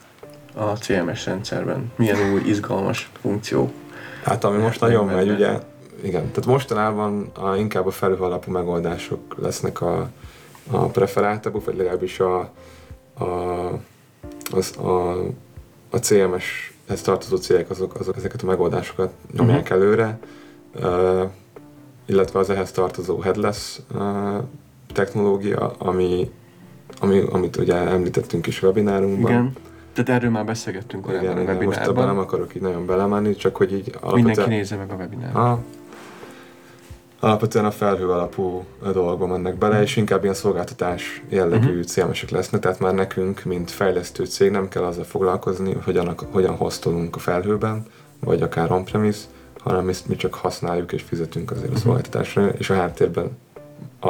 Speaker 1: a cé em es rendszerben? Milyen új, izgalmas funkció?
Speaker 3: Hát ami most
Speaker 1: Hát,
Speaker 3: nagyon
Speaker 1: nem
Speaker 3: megy,
Speaker 1: benne.
Speaker 3: ugye, igen, tehát mostanában a, inkább a felhő alapú megoldások lesznek a, a preferáltabbak, vagy legalábbis a, a, az, a, a cé em es-hez tartozó cégek azok, azok ezeket a megoldásokat nyomják
Speaker 1: Mhm.
Speaker 3: előre, uh, illetve az ehhez tartozó headless uh, technológia, ami, ami, amit ugye említettünk is a webinárunkban.
Speaker 1: Igen. Tehát erről már beszélgettünk korábban
Speaker 3: Igen,
Speaker 1: a
Speaker 3: igen, most ebben nem
Speaker 1: webinárban.
Speaker 3: akarok így nagyon belemenni, csak hogy így
Speaker 1: Mindenki
Speaker 3: alapvetően,
Speaker 1: nézze meg a webinárban.
Speaker 3: a, alapvetően a felhő alapú dolgokba mennek bele, és inkább ilyen szolgáltatás jellegű
Speaker 1: Mhm.
Speaker 3: cé em esek lesznek, tehát már nekünk, mint fejlesztő cég nem kell azzal foglalkozni, hogy hogyan, hogyan hoztolunk a felhőben, vagy akár on-premise, hanem ezt mi csak használjuk és fizetünk azért a
Speaker 1: Mhm.
Speaker 3: szolgáltatásra, és a háttérben a,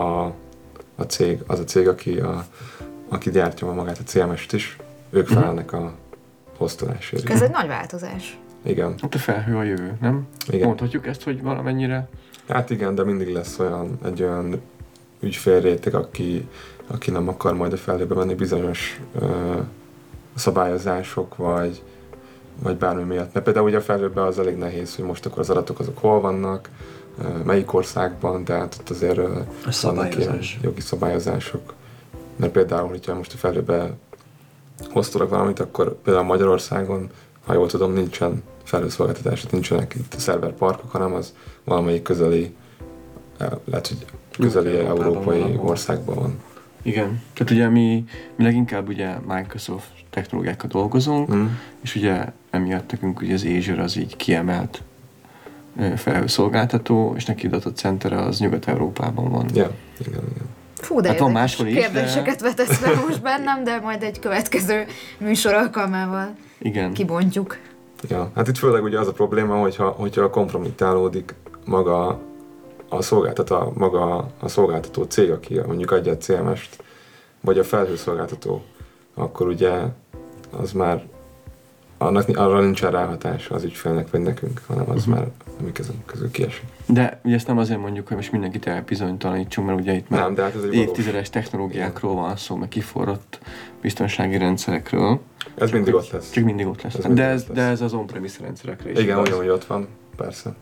Speaker 3: a cég, az a cég, aki, a, aki gyártja magát a cé em est is, ők
Speaker 1: Mhm.
Speaker 3: felelnek a hoztolásért.
Speaker 2: Ez egy nagy változás.
Speaker 3: Igen,
Speaker 1: Hát a felhő a jövő, nem?
Speaker 3: igen.
Speaker 1: Mondhatjuk ezt, hogy valamennyire?
Speaker 3: Hát igen, de mindig lesz olyan, egy olyan ügyfélréteg, aki, aki nem akar majd a felhőbe menni bizonyos ö, szabályozások, vagy, vagy bármi miatt. Mert például ugye a felhőben az elég nehéz, hogy most akkor az adatok azok hol vannak, melyik országban, tehát ott azért vannak ilyen jogi szabályozások. Mert például, hogyha most a felhőben hoztolok valamit, akkor például Magyarországon, ha jól tudom, nincsen felhőszolgáltatás, nincsenek itt szerverparkok, hanem az valamelyik közeli, lehet, hogy közeli európai országban van.
Speaker 1: Igen. Tehát ugye mi, mi leginkább ugye Microsoft technológiákkal dolgozunk, mm. és ugye emiatt nekünk ugye az Azure az így kiemelt felhőszolgáltató, és neki Data Center az Nyugat-Európában van.
Speaker 3: Ja, igen, igen.
Speaker 2: Fú, de
Speaker 1: hát van máshol is,
Speaker 2: kérdéseket de... vetesz fel most bennem, de majd egy következő műsor alkalmával
Speaker 1: igen.
Speaker 2: kibontjuk.
Speaker 3: Ja, hát itt főleg ugye az a probléma, hogyha, hogyha kompromittálódik maga a szolgáltató, maga a szolgáltató cég, aki mondjuk adja a cé em est, vagy a felhőszolgáltató, akkor ugye az már annak, arra nincsen ráhatás az ügyfélnek vagy nekünk, hanem az uh-huh. már a mi közül, közül kiesik.
Speaker 1: De ugye ezt nem azért mondjuk, hogy most mindenkit elbizonytalanítsunk, mert ugye itt már nem, hát évtizedes technológiákról van szó, meg kiforrott biztonsági rendszerekről.
Speaker 3: Ez mindig ott lesz.
Speaker 1: Csak mindig ott lesz. Ez de, ez, lesz. De ez az on-premise rendszerekre is.
Speaker 3: Igen, ugyanúgy ott van, persze.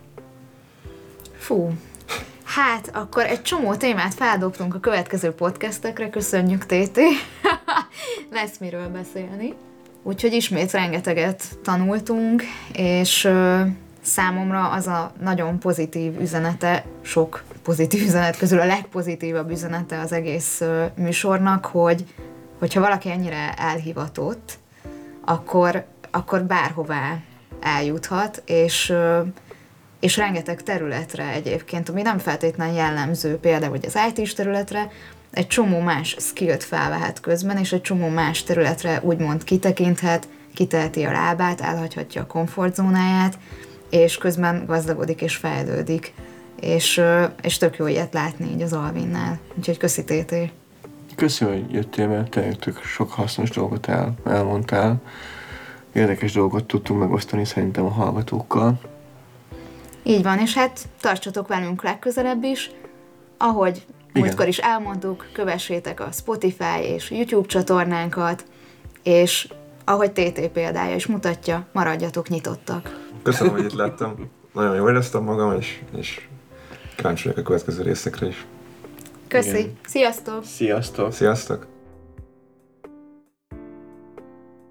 Speaker 2: Fú. Hát, akkor egy csomó témát feldobtunk a következő podcastekre, köszönjük Tété. Lesz miről beszélni. Úgyhogy ismét rengeteget tanultunk, és ö, számomra az a nagyon pozitív üzenete, sok pozitív üzenet közül a legpozitívabb üzenete az egész ö, műsornak, hogy hogyha valaki ennyire elhivatott, akkor, akkor bárhová eljuthat, és, ö, és rengeteg területre egyébként, ami nem feltétlenül jellemző, például az í té-s területre, egy csomó más skillt felvehet közben, és egy csomó más területre úgymond kitekinthet, kiteheti a lábát, elhagyhatja a komfortzónáját, és közben gazdagodik és fejlődik. És, és tök jó ilyet látni így az Alvinnál. Úgyhogy köszi Tété.
Speaker 1: Köszi, hogy jöttél, mert te tök sok hasznos dolgot el, elmondtál. Érdekes dolgot tudtunk megosztani szerintem a hallgatókkal.
Speaker 2: Így van, és hát tartsatok velünk legközelebb is, ahogy múltkor is elmondtuk, kövessétek a Spotify és YouTube csatornánkat, és ahogy Tété példája is mutatja, maradjatok nyitottak.
Speaker 3: Köszönöm, hogy itt lettem. Nagyon jól éreztem magam, és, és kíváncsi vagyok a következő részekre is.
Speaker 2: Köszi. Igen. Sziasztok!
Speaker 1: Sziasztok!
Speaker 3: Sziasztok!